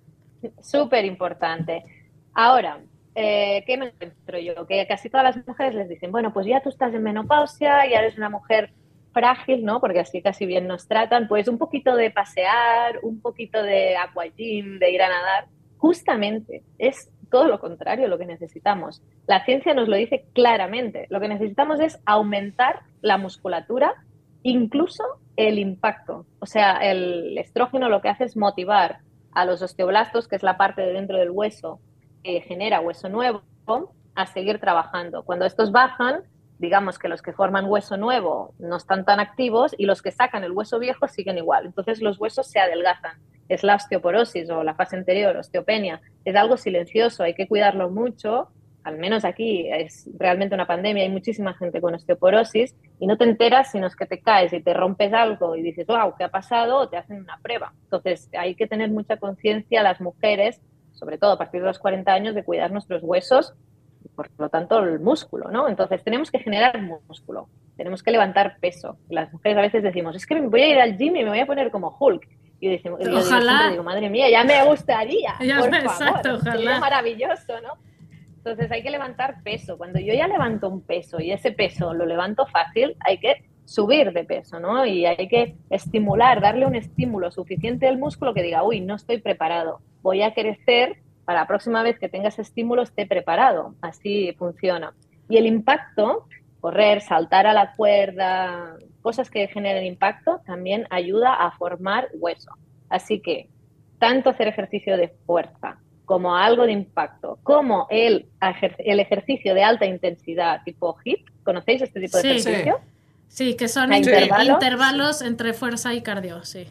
Súper importante. Ahora, eh, ¿qué me encuentro yo? Que casi todas las mujeres les dicen, bueno, pues ya tú estás en menopausia, ya eres una mujer frágil, ¿no? Porque así casi bien nos tratan, pues un poquito de pasear, un poquito de aquagym, de ir a nadar. Justamente es todo lo contrario lo que necesitamos. La ciencia nos lo dice claramente. Lo que necesitamos es aumentar la musculatura, incluso el impacto. O sea, el estrógeno lo que hace es motivar a los osteoblastos, que es la parte de dentro del hueso que genera hueso nuevo, a seguir trabajando. Cuando estos bajan, digamos que los que forman hueso nuevo no están tan activos y los que sacan el hueso viejo siguen igual. Entonces los huesos se adelgazan. Es la osteoporosis o la fase anterior, osteopenia. Es algo silencioso, hay que cuidarlo mucho. Al menos aquí es realmente una pandemia, hay muchísima gente con osteoporosis y no te enteras sino es que te caes y te rompes algo y dices, wow, ¿qué ha pasado? O te hacen una prueba. Entonces hay que tener mucha conciencia las mujeres, sobre todo a partir de los cuarenta años, de cuidar nuestros huesos y por lo tanto el músculo, ¿no? Entonces tenemos que generar músculo, tenemos que levantar peso. Las mujeres a veces decimos, es que voy a ir al gym y me voy a poner como Hulk. Y yo, decimos, yo Ojalá. Digo, siempre digo, madre mía, ya me gustaría, Ya por me- favor, exacto, ojalá. sería maravilloso, ¿no? Entonces hay que levantar peso. Cuando yo ya levanto un peso y ese peso lo levanto fácil, hay que subir de peso, ¿no? Y hay que estimular, darle un estímulo suficiente al músculo que diga, uy, no estoy preparado, voy a crecer, para la próxima vez que tenga ese estímulo esté preparado. Así funciona. Y el impacto, correr, saltar a la cuerda, cosas que generen impacto, también ayuda a formar hueso. Así que tanto hacer ejercicio de fuerza como algo de impacto, como el, ejer- el ejercicio de alta intensidad tipo HIIT. ¿Conocéis este tipo de Sí. ejercicio? Sí, que son ¿A inter- intervalos? intervalos entre fuerza y cardio, sí.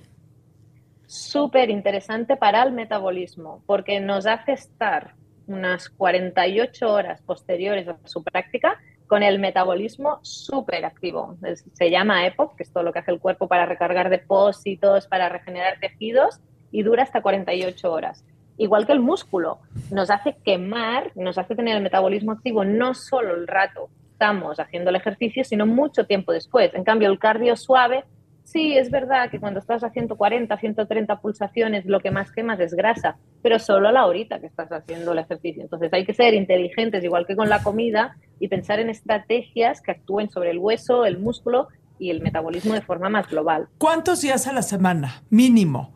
Súper interesante para el metabolismo, porque nos hace estar unas cuarenta y ocho horas posteriores a su práctica con el metabolismo súper activo. Es- Se llama E P O C, que es todo lo que hace el cuerpo para recargar depósitos, para regenerar tejidos, y dura hasta cuarenta y ocho horas. Igual que el músculo, nos hace quemar, nos hace tener el metabolismo activo no solo el rato estamos haciendo el ejercicio, sino mucho tiempo después. En cambio, el cardio suave, sí, es verdad que cuando estás a ciento cuarenta, ciento treinta pulsaciones, lo que más quemas es grasa, pero solo la horita que estás haciendo el ejercicio. Entonces hay que ser inteligentes, igual que con la comida, y pensar en estrategias que actúen sobre el hueso, el músculo y el metabolismo de forma más global. ¿Cuántos días a la semana? Mínimo.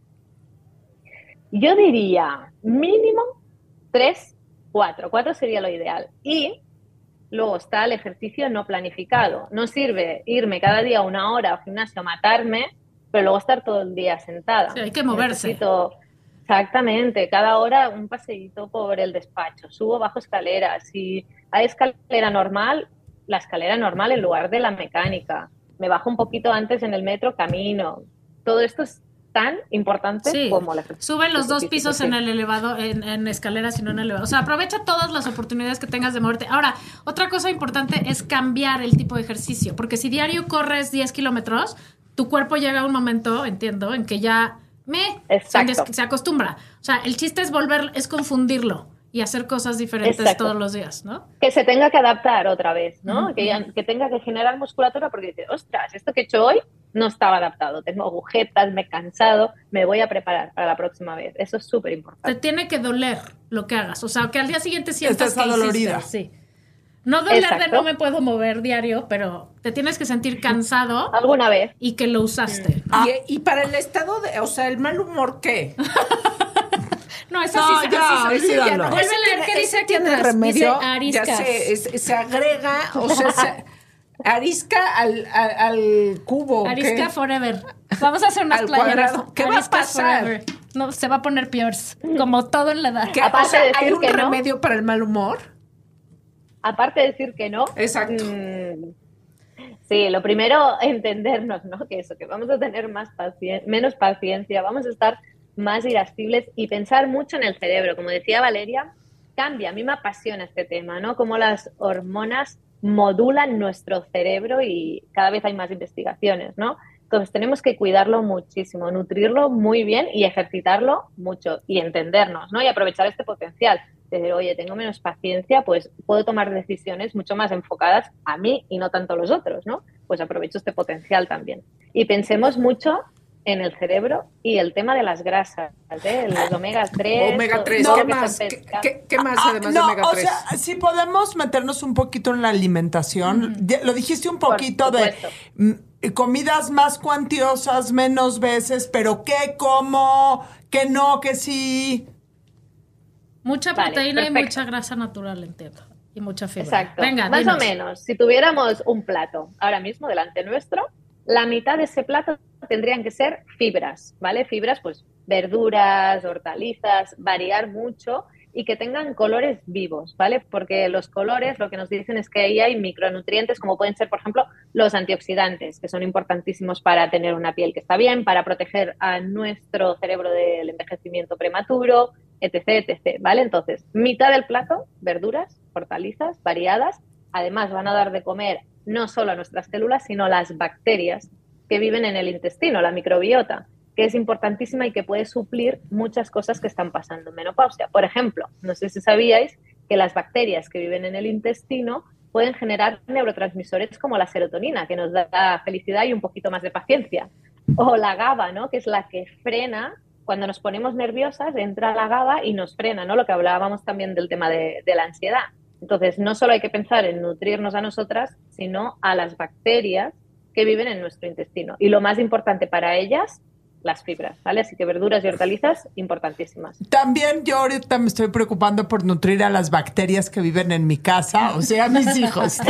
Yo diría mínimo tres, cuatro. Cuatro sería lo ideal. Y luego está el ejercicio no planificado. No sirve irme cada día una hora al gimnasio a matarme, pero luego estar todo el día sentada. Sí, hay que moverse. Necesito, exactamente, cada hora un paseíto por el despacho. Subo, bajo escaleras. Si hay escalera normal, la escalera normal en lugar de la mecánica. Me bajo un poquito antes en el metro, camino. Todo esto es tan importante Sí, como la ejercicio. sube los dos físico, pisos sí. en el elevador, en, en escaleras y no en el elevador. O sea, aprovecha todas las oportunidades que tengas de moverte. Ahora, otra cosa importante es cambiar el tipo de ejercicio, porque si diario corres diez kilómetros, tu cuerpo llega a un momento, entiendo, en que ya me Exacto. se, se acostumbra. O sea, el chiste es volver, es confundirlo y hacer cosas diferentes Exacto. todos los días, ¿no? Que se tenga que adaptar otra vez, ¿no? Ujú. que, ya- que tenga que generar musculatura porque dice, ostras, esto que he hecho hoy no estaba adaptado, tengo agujetas, me he cansado, me voy a preparar para la próxima vez. Eso es súper Te importante. tiene que doler lo que hagas. O sea, que al día siguiente sientas Estás que adolorida. hiciste. Sí. No doler de Exacto. no me puedo mover diario, pero te tienes que sentir cansado ¿Alguna vez? y que lo usaste. Y, y para el estado de, o sea, el mal humor, ¿qué? No, eso No, sí, sí, ya, sí, sí, sí, olvídalo. ya. Vuelve a leer qué Ese dice aquí tiene atrás. remedio. Dice ariscas. Ya sé, es- se agrega, o sea, se arisca al, al, al cubo. ¿qué? Arisca forever. Vamos a hacer unas Al playeras. cuadrado. ¿Qué va a Ariscas pasar? forever. No, se va a poner peor, como todo en la edad. ¿Qué? Aparte O sea, de ¿hay decir un que no. remedio para el mal humor? Aparte de decir que no. Exacto. mm, sí, lo primero, entendernos, ¿no? Que eso, que vamos a tener más pacien- menos paciencia, vamos a estar más irascibles y pensar mucho en el cerebro. Como decía Valeria, cambia. A mí me apasiona este tema, ¿no? Cómo las hormonas modulan nuestro cerebro y cada vez hay más investigaciones, ¿no? Entonces tenemos que cuidarlo muchísimo, nutrirlo muy bien y ejercitarlo mucho y entendernos, ¿no? Y aprovechar este potencial. Decir, oye, tengo menos paciencia, pues puedo tomar decisiones mucho más enfocadas a mí y no tanto a los otros, ¿no? Pues aprovecho este potencial también. Y pensemos mucho en el cerebro y el tema de las grasas, ¿eh? Los omega tres. Omega tres, No, ¿qué que más? son ¿Qué, qué- qué más Ah, además no, de omega o tres? sea, si podemos meternos un poquito en la alimentación. Ya lo dijiste un Por poquito de supuesto. mm, comidas más cuantiosas, menos veces, pero qué, cómo, qué no, qué sí. Mucha Vale, proteína y perfecto. mucha grasa natural, entiendo. Y mucha fibra. Exacto. Venga, Más dinos. o menos, si tuviéramos un plato ahora mismo delante nuestro, la mitad de ese plato tendrían que ser fibras, ¿vale? Fibras, pues verduras, hortalizas, variar mucho y que tengan colores vivos, ¿vale? Porque los colores lo que nos dicen es que ahí hay micronutrientes como pueden ser, por ejemplo, los antioxidantes, que son importantísimos para tener una piel que está bien, para proteger a nuestro cerebro del envejecimiento prematuro, etc, etcétera, ¿vale? Entonces, mitad del plato, verduras, hortalizas, variadas, además van a dar de comer no solo a nuestras células, sino a las bacterias que viven en el intestino, la microbiota, que es importantísima y que puede suplir muchas cosas que están pasando en menopausia. Por ejemplo, no sé si sabíais que las bacterias que viven en el intestino pueden generar neurotransmisores como la serotonina, que nos da felicidad y un poquito más de paciencia, o la GABA, ¿no? Que es la que frena. Cuando nos ponemos nerviosas, entra la GABA y nos frena, ¿no? Lo que hablábamos también del tema de, de la ansiedad. Entonces, no solo hay que pensar en nutrirnos a nosotras, sino a las bacterias que viven en nuestro intestino. Y lo más importante para ellas, las fibras, ¿vale? Así que verduras y hortalizas, importantísimas. También yo ahorita me estoy preocupando por nutrir a las bacterias que viven en mi casa, o sea, a mis hijos.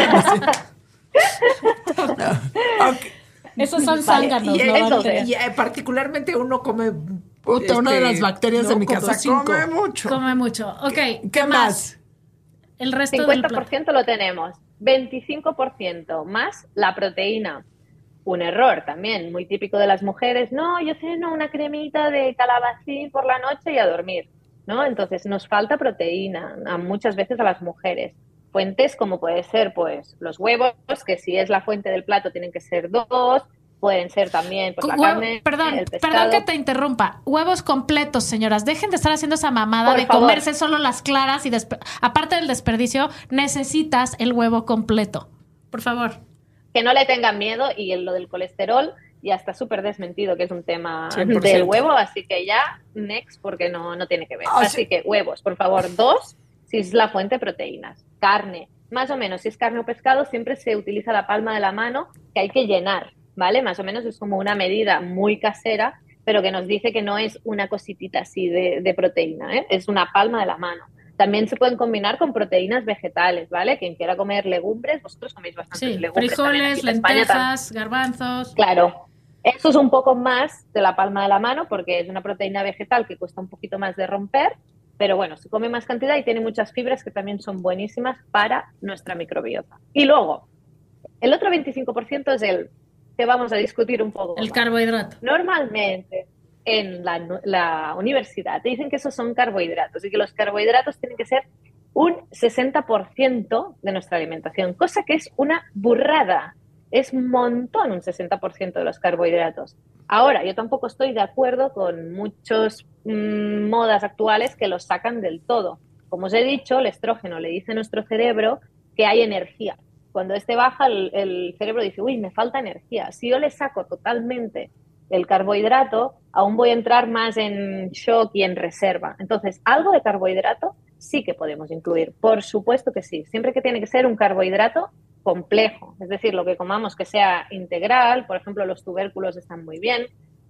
Ok. Esos son Vale, zánganos, Y, ¿no? eh, entonces- y, eh, particularmente uno come... Puta, una de este, las bacterias de no, mi como casa cinco. come mucho. Come mucho. Ok, ¿qué, ¿Qué más? El resto del cincuenta por plato. ciento lo tenemos, veinticinco por ciento más la proteína. Un error también, muy típico de las mujeres. No, yo ceno una cremita de calabacín por la noche y a dormir, ¿no? Entonces nos falta proteína a muchas veces a las mujeres. Fuentes como puede ser, pues, los huevos, que si es la fuente del plato tienen que ser dos, pueden ser también, pues, la Huevo- carne, perdón, el pescado. perdón que te interrumpa. Huevos completos, señoras. Dejen de estar haciendo esa mamada Por de favor. comerse solo las claras y despe- aparte del desperdicio, necesitas el huevo completo. Por favor. Que no le tengan miedo y lo del colesterol ya está súper desmentido, que es un tema cien por ciento. del huevo, así que ya, next, porque no, no tiene que ver. Ah, Así sí. que huevos, por favor, dos, si es la fuente de proteínas. Carne, más o menos, si es carne o pescado, siempre se utiliza la palma de la mano, que hay que llenar, ¿vale? Más o menos es como una medida muy casera, pero que nos dice que no es una cositita así de, de proteína, ¿eh? Es una palma de la mano. También se pueden combinar con proteínas vegetales, ¿vale? Quien quiera comer legumbres, vosotros coméis bastantes Sí, legumbres. también frijoles, aquí en España también. lentejas, garbanzos. Claro, eso es un poco más de la palma de la mano porque es una proteína vegetal que cuesta un poquito más de romper, pero bueno, se come más cantidad y tiene muchas fibras que también son buenísimas para nuestra microbiota. Y luego, el otro veinticinco por ciento es el que vamos a discutir un poco El más. carbohidrato. Normalmente en la, la universidad te dicen que esos son carbohidratos y que los carbohidratos tienen que ser un sesenta por ciento de nuestra alimentación, cosa que es una burrada. Es un montón un sesenta por ciento de los carbohidratos. Ahora, yo tampoco estoy de acuerdo con muchos mmm, modas actuales que los sacan del todo. Como os he dicho, el estrógeno le dice a nuestro cerebro que hay energía. Cuando este baja, el, el cerebro dice, uy, me falta energía. Si yo le saco totalmente el carbohidrato, aún voy a entrar más en shock y en reserva. Entonces, algo de carbohidrato sí que podemos incluir. Por supuesto que sí. Siempre que tiene que ser un carbohidrato complejo. Es decir, lo que comamos que sea integral. Por ejemplo, los tubérculos están muy bien.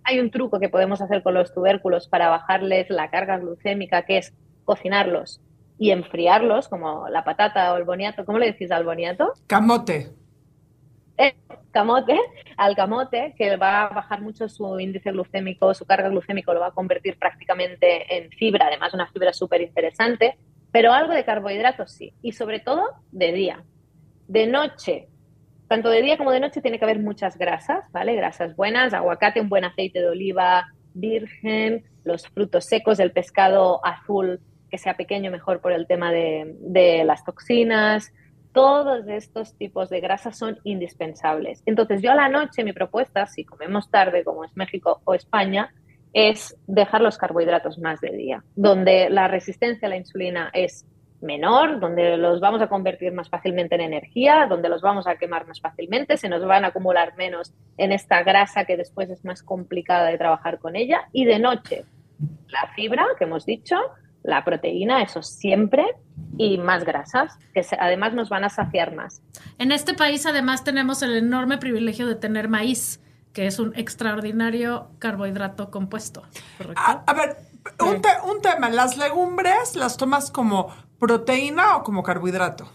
hay un truco que podemos hacer con los tubérculos para bajarles la carga glucémica, que es cocinarlos y enfriarlos, como la patata o el boniato. ¿Cómo le decís al boniato? Camote. El camote, al camote, que va a bajar mucho su índice glucémico, su carga glucémica lo va a convertir prácticamente en fibra, además una fibra súper interesante, pero algo de carbohidratos sí, y sobre todo de día. De noche, tanto de día como de noche tiene que haber muchas grasas, ¿vale? Grasas buenas, aguacate, un buen aceite de oliva virgen, los frutos secos, el pescado azul que sea pequeño mejor por el tema de, de las toxinas. Todos estos tipos de grasas son indispensables. Entonces yo a la noche mi propuesta, si comemos tarde como es México o España, es dejar los carbohidratos más de día, donde la resistencia a la insulina es menor, donde los vamos a convertir más fácilmente en energía, donde los vamos a quemar más fácilmente, se nos van a acumular menos en esta grasa que después es más complicada de trabajar con ella. Y de noche, la fibra, que hemos dicho, la proteína, eso siempre, y más grasas, que se, además nos van a saciar más. En este país además tenemos el enorme privilegio de tener maíz, que es un extraordinario carbohidrato compuesto, ¿correcto? A, a ver, un, te, un tema, ¿las legumbres las tomas como proteína o como carbohidrato?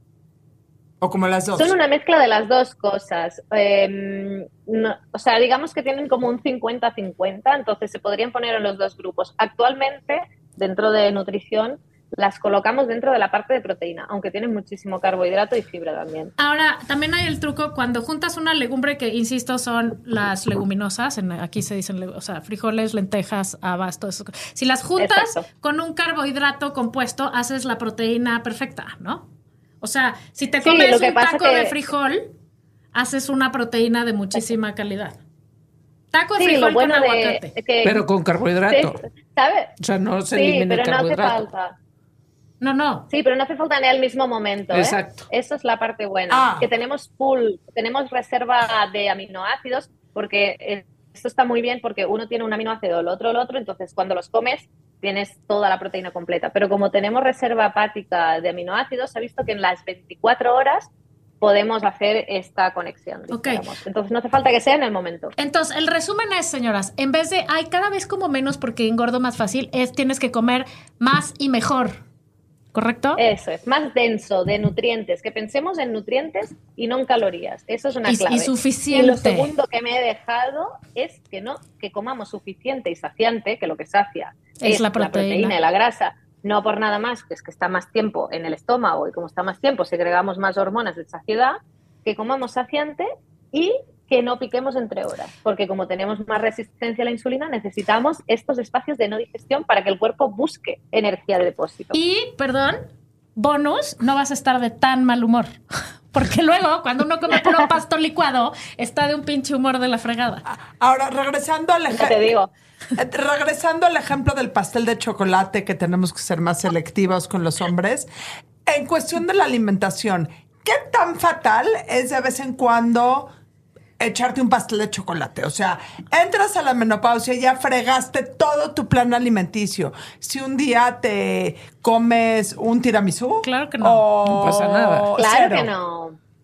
¿O como las dos? Son una mezcla de las dos cosas. Eh, no, o sea, digamos que tienen como un cincuenta cincuenta, entonces se podrían poner en los dos grupos. Actualmente, dentro de nutrición, las colocamos dentro de la parte de proteína, aunque tienen muchísimo carbohidrato y fibra también. Ahora, también hay el truco cuando juntas una legumbre, que insisto son las leguminosas, en, aquí se dicen, o sea, frijoles, lentejas, habas, todo eso. Si las juntas Exacto. con un carbohidrato compuesto, haces la proteína perfecta, ¿no? O sea, si te Sí, comes lo que un pasa taco que- de frijol, haces una proteína de muchísima calidad. Taco de Sí, frijol lo bueno con de aguacate. que Pero con carbohidrato. Sí, ¿sabes? O sea, no se Sí, elimina el pero no hace carbohidrato. falta. No, no. Sí, pero no hace falta en el mismo momento, ¿eh? Exacto. Eso es la parte buena. Ah. Que tenemos pool, tenemos reserva de aminoácidos, porque eh, esto está muy bien porque uno tiene un aminoácido, el otro el otro, entonces cuando los comes tienes toda la proteína completa. Pero como tenemos reserva hepática de aminoácidos, se ha visto que en las veinticuatro horas podemos hacer esta conexión. Ok. dijéramos. Entonces no hace falta que sea en el momento. Entonces, el resumen es, señoras, en vez de, ay, cada vez como menos porque engordo más fácil, es tienes que comer más y mejor. ¿Correcto? Eso es, más denso de nutrientes, que pensemos en nutrientes y no en calorías. Eso es una Y- clave. y suficiente. Y lo segundo que me he dejado es que no, que comamos suficiente y saciante, que lo que sacia Es la proteína. y la grasa. No por nada más, que es que está más tiempo en el estómago y como está más tiempo segregamos más hormonas de saciedad, que comamos saciante y que no piquemos entre horas, porque como tenemos más resistencia a la insulina, necesitamos estos espacios de no digestión para que el cuerpo busque energía de depósito. Y, perdón, bonus, no vas a estar de tan mal humor. Porque luego, cuando uno come puro pasto licuado, está de un pinche humor de la fregada. Ahora, regresando al, Ya eje- te digo. eh, regresando al ejemplo del pastel de chocolate, que tenemos que ser más selectivos con los hombres, en cuestión de la alimentación, ¿qué tan fatal es de vez en cuando echarte un pastel de chocolate? O sea, entras a la menopausia y ya fregaste todo tu plan alimenticio. Si un día te comes un tiramisú... Claro que no. o No pasa nada. Claro cero. que no.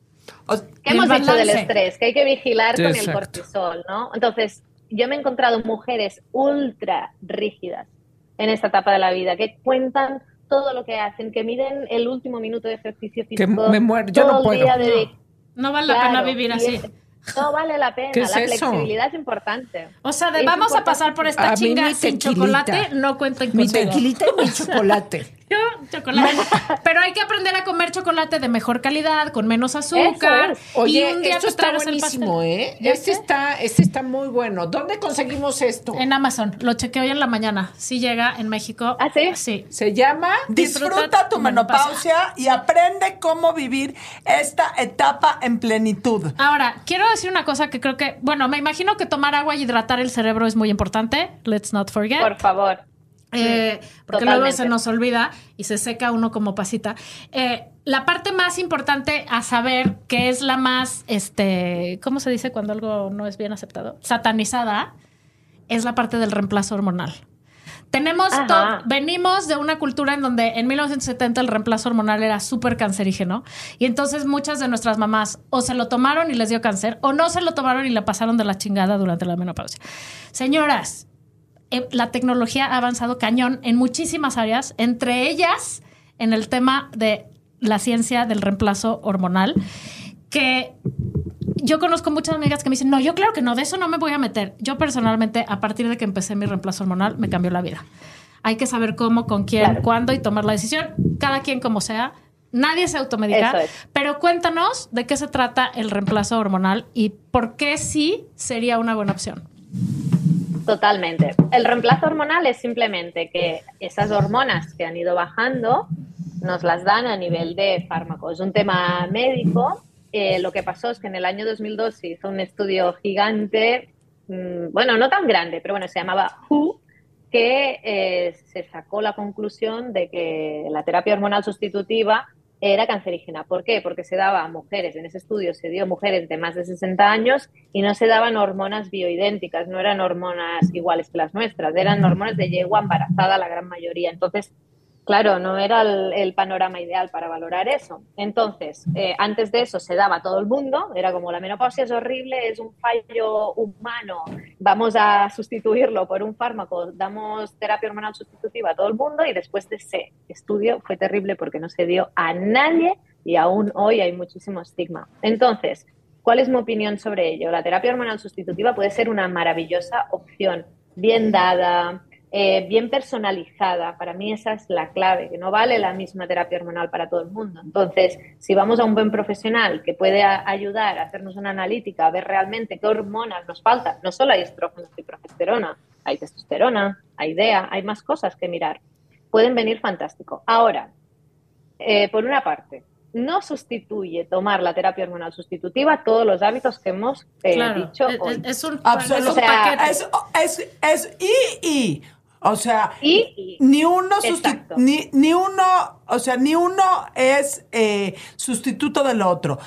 O- ¿Qué Y el hemos dicho del balance. estrés? Que hay que vigilar con el Exacto. cortisol, ¿no? Entonces, yo me he encontrado mujeres ultra rígidas en esta etapa de la vida, que cuentan todo lo que hacen, que miden el último minuto de ejercicio Que físico. me muero, yo todo no el puedo. día de- No vale la Claro, pena vivir y así. es- No vale la pena. ¿Qué es la eso? flexibilidad es importante. O sea, de Es vamos a importante. pasar por esta A mí chinga mi sin tequilita. chocolate, no cuenten Mi conmigo. tequilita y mi chocolate. Yo, chocolate. Pero hay que aprender a comer chocolate de mejor calidad, con menos azúcar. Eso es. Oye, y un día esto te está tragas el buenísimo, pastel. ¿eh? Ya Este sé. está, este está muy bueno. ¿Dónde conseguimos esto? En Amazon. Lo chequeé hoy en la mañana. Sí llega en México. ¿Ah, sí? Sí. Se llama... Disfruta tu menopausia y aprende cómo vivir esta etapa en plenitud. Ahora, quiero decir una cosa que creo que, bueno, me imagino que tomar agua y hidratar el cerebro es muy importante. Let's not forget. Por favor. Eh, porque totalmente. luego se nos olvida y se seca uno como pasita. Eh, la parte más importante a saber, que es la más, este, ¿cómo se dice cuando algo no es bien aceptado? Satanizada, es la parte del reemplazo hormonal. Tenemos Ajá. todo, venimos de una cultura en donde en mil novecientos setenta el reemplazo hormonal era súper cancerígeno y entonces muchas de nuestras mamás o se lo tomaron y les dio cáncer o no se lo tomaron y la pasaron de la chingada durante la menopausia. Señoras, eh, la tecnología ha avanzado cañón en muchísimas áreas, entre ellas en el tema de la ciencia del reemplazo hormonal, que yo conozco muchas amigas que me dicen, no, yo claro que no, de eso no me voy a meter. Yo personalmente, a partir de que empecé mi reemplazo hormonal, me cambió la vida. Hay que saber cómo, con quién, Claro. cuándo y tomar la decisión, cada quien como sea. Nadie se automedica, Eso es. pero cuéntanos de qué se trata el reemplazo hormonal y por qué sí sería una buena opción. Totalmente. El reemplazo hormonal es simplemente que esas hormonas que han ido bajando nos las dan a nivel de fármaco. Es un tema médico. Eh, lo que pasó es que en el año dos mil dos se hizo un estudio gigante, mmm, bueno, no tan grande, pero bueno, se llamaba W H O, que eh, se sacó la conclusión de que la terapia hormonal sustitutiva era cancerígena. ¿Por qué? Porque se daba a mujeres, en ese estudio se dio a mujeres de más de sesenta años y no se daban hormonas bioidénticas, no eran hormonas iguales que las nuestras, eran hormonas de yegua embarazada la gran mayoría. Entonces, claro, no era el, el panorama ideal para valorar eso. Entonces, eh, antes de eso se daba a todo el mundo, era como la menopausia es horrible, es un fallo humano, vamos a sustituirlo por un fármaco, damos terapia hormonal sustitutiva a todo el mundo y después de ese estudio fue terrible porque no se dio a nadie y aún hoy hay muchísimo estigma. Entonces, ¿cuál es mi opinión sobre ello? La terapia hormonal sustitutiva puede ser una maravillosa opción, bien dada, Eh, bien personalizada. Para mí esa es la clave, que no vale la misma terapia hormonal para todo el mundo. Entonces, si vamos a un buen profesional que puede a- ayudar a hacernos una analítica, a ver realmente qué hormonas nos faltan, no solo hay estrógenos y progesterona, hay testosterona, hay D E A, hay más cosas que mirar. Pueden venir fantástico. Ahora, eh, por una parte, no sustituye tomar la terapia hormonal sustitutiva todos los hábitos que hemos eh, Claro, dicho es, hoy. es un, Absolutamente. es un O sea, paquete. Es, es, es, y, y, o sea, Y- y- ni uno susti- exacto. ni, ni uno, o sea, ni uno es eh, sustituto del otro.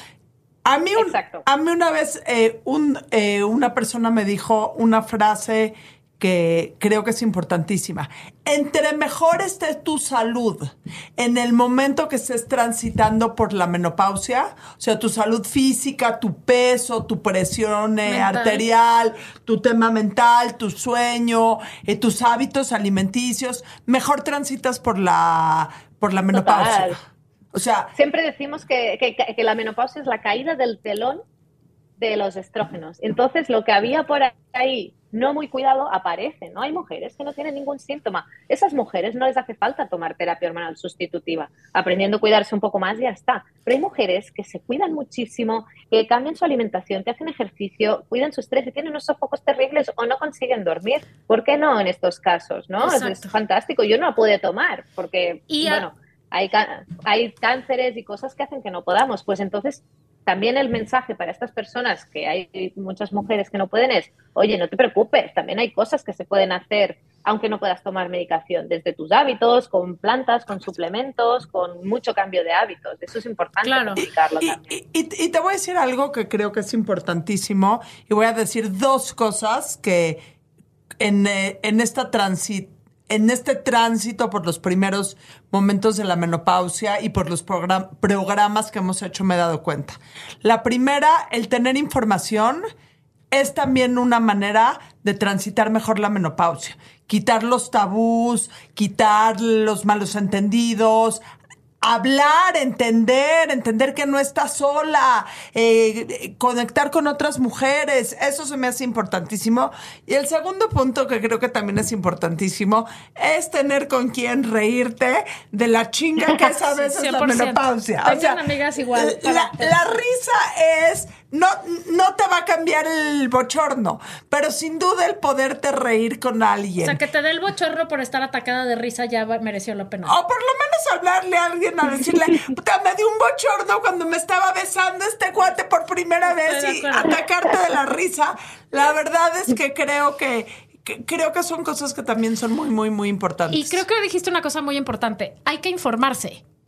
A mí, un- Exacto. a mí una vez eh, un, eh, una persona me dijo una frase que creo que es importantísima. Entre mejor esté tu salud en el momento que estés transitando por la menopausia, o sea, tu salud física, tu peso, tu presión eh, Mental. arterial, tu tema mental, tu sueño, eh, tus hábitos alimenticios, mejor transitas por la, por la menopausia. Total. O sea, Siempre decimos que, que, que la menopausia es la caída del telón de los estrógenos. Entonces, lo que había por ahí no muy cuidado aparece, ¿no? Hay mujeres que no tienen ningún síntoma. Esas mujeres no les hace falta tomar terapia hormonal sustitutiva. Aprendiendo a cuidarse un poco más, ya está. Pero hay mujeres que se cuidan muchísimo, que cambian su alimentación, que hacen ejercicio, cuidan su estrés y tienen unos sofocos terribles o no consiguen dormir. ¿Por qué no en estos casos, no? Es, es Exacto. fantástico. Yo no la pude tomar porque, Y a- bueno, hay, ca- hay cánceres y cosas que hacen que no podamos. Pues entonces, también el mensaje para estas personas, que hay muchas mujeres que no pueden, es, oye, no te preocupes, también hay cosas que se pueden hacer aunque no puedas tomar medicación, desde tus hábitos, con plantas, con suplementos, con mucho cambio de hábitos. Eso es importante Claro. comunicarlo Y, también. y- y- y te voy a decir algo que creo que es importantísimo y voy a decir dos cosas que en, eh, en esta transi- en este tránsito por los primeros momentos de la menopausia y por los program- programas que hemos hecho me he dado cuenta. La primera, el tener información es también una manera de transitar mejor la menopausia. Quitar los tabús, quitar los malos entendidos, hablar, entender, entender que no estás sola, eh, eh, conectar con otras mujeres, eso se me hace importantísimo. Y el segundo punto que creo que también es importantísimo es tener con quien reírte de la chinga que es a Sí, veces cien la por ciento. menopausia. Tengan amigas igual. La, la risa es, no, no te va a cambiar el bochorno, pero sin duda el poderte reír con O alguien. sea, que te dé el bochorno por estar atacada de risa ya va- mereció la pena. O por lo menos hablarle a alguien a decirle, puta, me dio un bochorno cuando me estaba besando este cuate por primera vez Estoy de y acuerdo. atacarte de la risa. La verdad es que creo que, que creo que son cosas que también son muy, muy, muy importantes. Y creo que dijiste una cosa muy importante. Hay que informarse.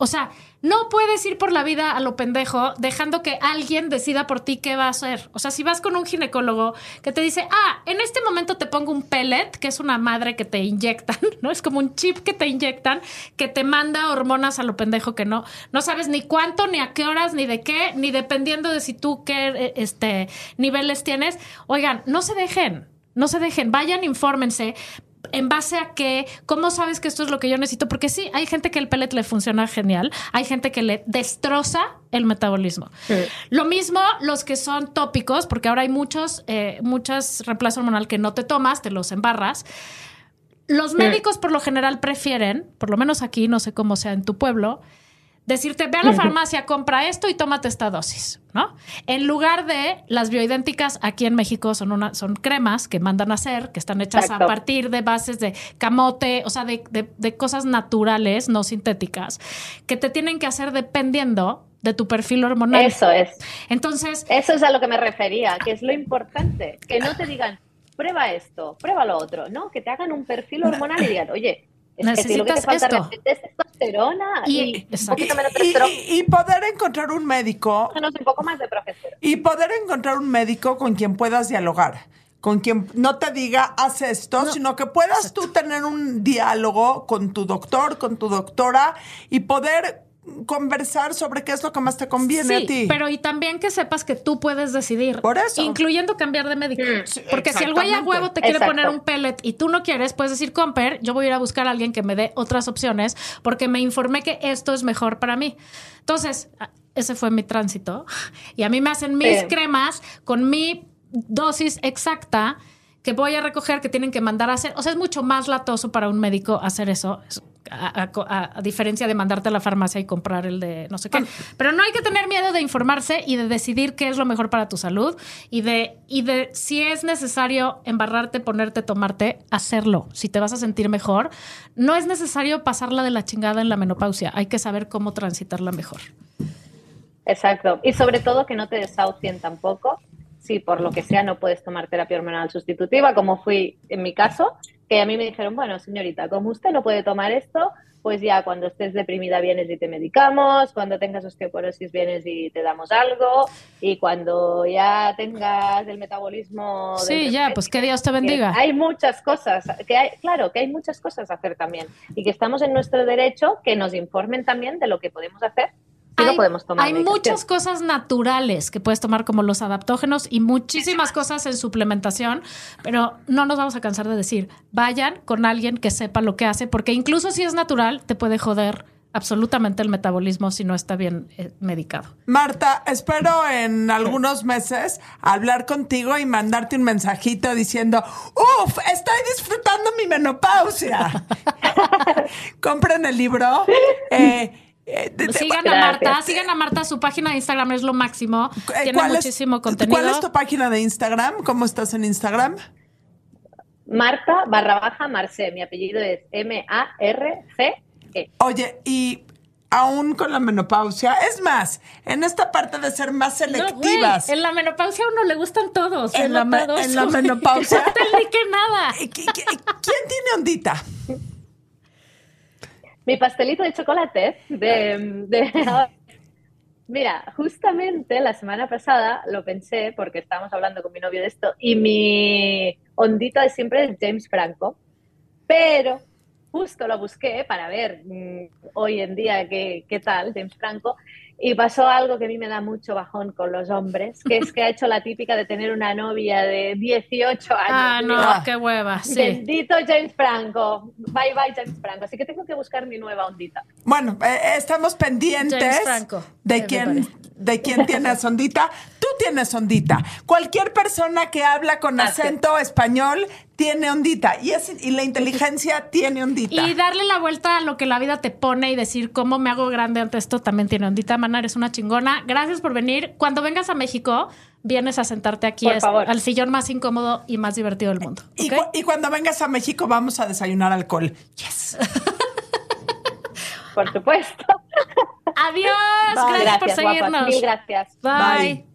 O sea, no puedes ir por la vida a lo pendejo dejando que alguien decida por ti qué va a hacer. O sea, si vas con un ginecólogo que te dice, ah, en este momento te pongo un pellet, que es una madre que te inyectan, ¿no? Es como un chip que te inyectan, que te manda hormonas a lo pendejo que no, no sabes ni cuánto, ni a qué horas, ni de qué, ni dependiendo de si tú qué este, niveles tienes. Oigan, no se dejen, no se dejen, vayan, infórmense. ¿En base a qué? ¿Cómo sabes que esto es lo que yo necesito? Porque sí, hay gente que el pellet le funciona genial. Hay gente que le destroza el metabolismo. Sí. Lo mismo los que son tópicos, porque ahora hay muchos, eh, muchos reemplazo hormonal que no te tomas, te los embarras. Los médicos por lo general prefieren, por lo menos aquí, no sé cómo sea en tu pueblo, decirte, ve a la farmacia, compra esto y tómate esta dosis, ¿no? En lugar de las bioidénticas, aquí en México son, una, son cremas que mandan a hacer, que están hechas Exacto. a partir de bases de camote, o sea, de, de, de cosas naturales, no sintéticas, que te tienen que hacer dependiendo de tu perfil hormonal. Eso es. Entonces... Eso es a lo que me refería, que es lo importante, que no te digan, prueba esto, prueba lo otro, ¿no? Que te hagan un perfil hormonal y digan, oye... Es necesitas que lo que te falta esto. Es testosterona y, y un poquito menos y, y, y poder encontrar un médico un poco más de profesor. Y poder encontrar un médico con quien puedas dialogar, con quien no te diga haz esto, no. sino que puedas Exacto. tú tener un diálogo con tu doctor, con tu doctora y poder conversar sobre qué es lo que más te conviene sí, a ti. Pero y también que sepas que tú puedes decidir. Por eso. Incluyendo cambiar de médico. Sí, porque si el güey a huevo te quiere Exacto. poner un pellet y tú no quieres, puedes decir, comper, yo voy a ir a buscar a alguien que me dé otras opciones porque me informé que esto es mejor para mí. Entonces, ese fue mi tránsito. Y a mí me hacen mis sí. cremas con mi dosis exacta que voy a recoger, que tienen que mandar a hacer. O sea, es mucho más latoso para un médico hacer eso, a, a, a diferencia de mandarte a la farmacia y comprar el de no sé qué. Pero no hay que tener miedo de informarse y de decidir qué es lo mejor para tu salud y de, y de si es necesario embarrarte, ponerte, tomarte, hacerlo. Si te vas a sentir mejor, no es necesario pasarla de la chingada en la menopausia. Hay que saber cómo transitarla mejor. Exacto. Y sobre todo que no te desahucien tampoco. Si por lo que sea no puedes tomar terapia hormonal sustitutiva, como fui en mi caso, que a mí me dijeron, bueno, señorita, como usted no puede tomar esto, pues ya cuando estés deprimida vienes y te medicamos, cuando tengas osteoporosis vienes y te damos algo, y cuando ya tengas el metabolismo... Sí, ya, pues que Dios te bendiga. Hay muchas cosas, que hay, claro, que hay muchas cosas a hacer también, y que estamos en nuestro derecho que nos informen también de lo que podemos hacer. Sí, hay, podemos tomar hay muchas cosas naturales que puedes tomar como los adaptógenos y muchísimas cosas en suplementación, pero no nos vamos a cansar de decir, vayan con alguien que sepa lo que hace, porque incluso si es natural te puede joder absolutamente el metabolismo si no está bien eh, medicado. Marta, espero en algunos meses hablar contigo y mandarte un mensajito diciendo, ¡uf! Estoy disfrutando mi menopausia. Compren el libro. Eh, Sigan a Marta, sigan a Marta, su página de Instagram es lo máximo. Tiene muchísimo es, contenido. ¿Cuál es tu página de Instagram? ¿Cómo estás en Instagram? Marta barra baja Marce. Mi apellido es M A R C E. Oye, y aún con la menopausia, es más, en esta parte de ser más selectivas. No, güey, en la menopausia a uno le gustan todos. En, la, me, en la menopausia. No te indique nada. ¿Quién tiene ondita? Mi pastelito de chocolate de, de... Mira, justamente la semana pasada lo pensé porque estábamos hablando con mi novio de esto y mi ondita de siempre es James Franco, pero justo lo busqué para ver mmm, hoy en día qué, qué tal James Franco y pasó algo que a mí me da mucho bajón con los hombres, que es que ha hecho la típica de tener una novia de dieciocho años. Ah, no, ah, qué hueva, sí. Bendito James Franco. Bye, bye, James Franco. Así que tengo que buscar mi nueva ondita. Bueno, eh, estamos pendientes de quién, de quién tiene ondita. Tú tienes ondita. Cualquier persona que habla con acento español tiene ondita. Y, es, y la inteligencia tiene ondita. Y darle la vuelta a lo que la vida te pone y decir cómo me hago grande ante esto también tiene ondita. Mana, eres una chingona. Gracias por venir. Cuando vengas a México, vienes a sentarte aquí es, al sillón más incómodo y más divertido del mundo. ¿Okay? Y, cu- y cuando vengas a México vamos a desayunar alcohol. Yes. Por supuesto. Adiós. Bye. Gracias, Gracias por seguirnos. Guapas. Mil gracias. Bye. Bye.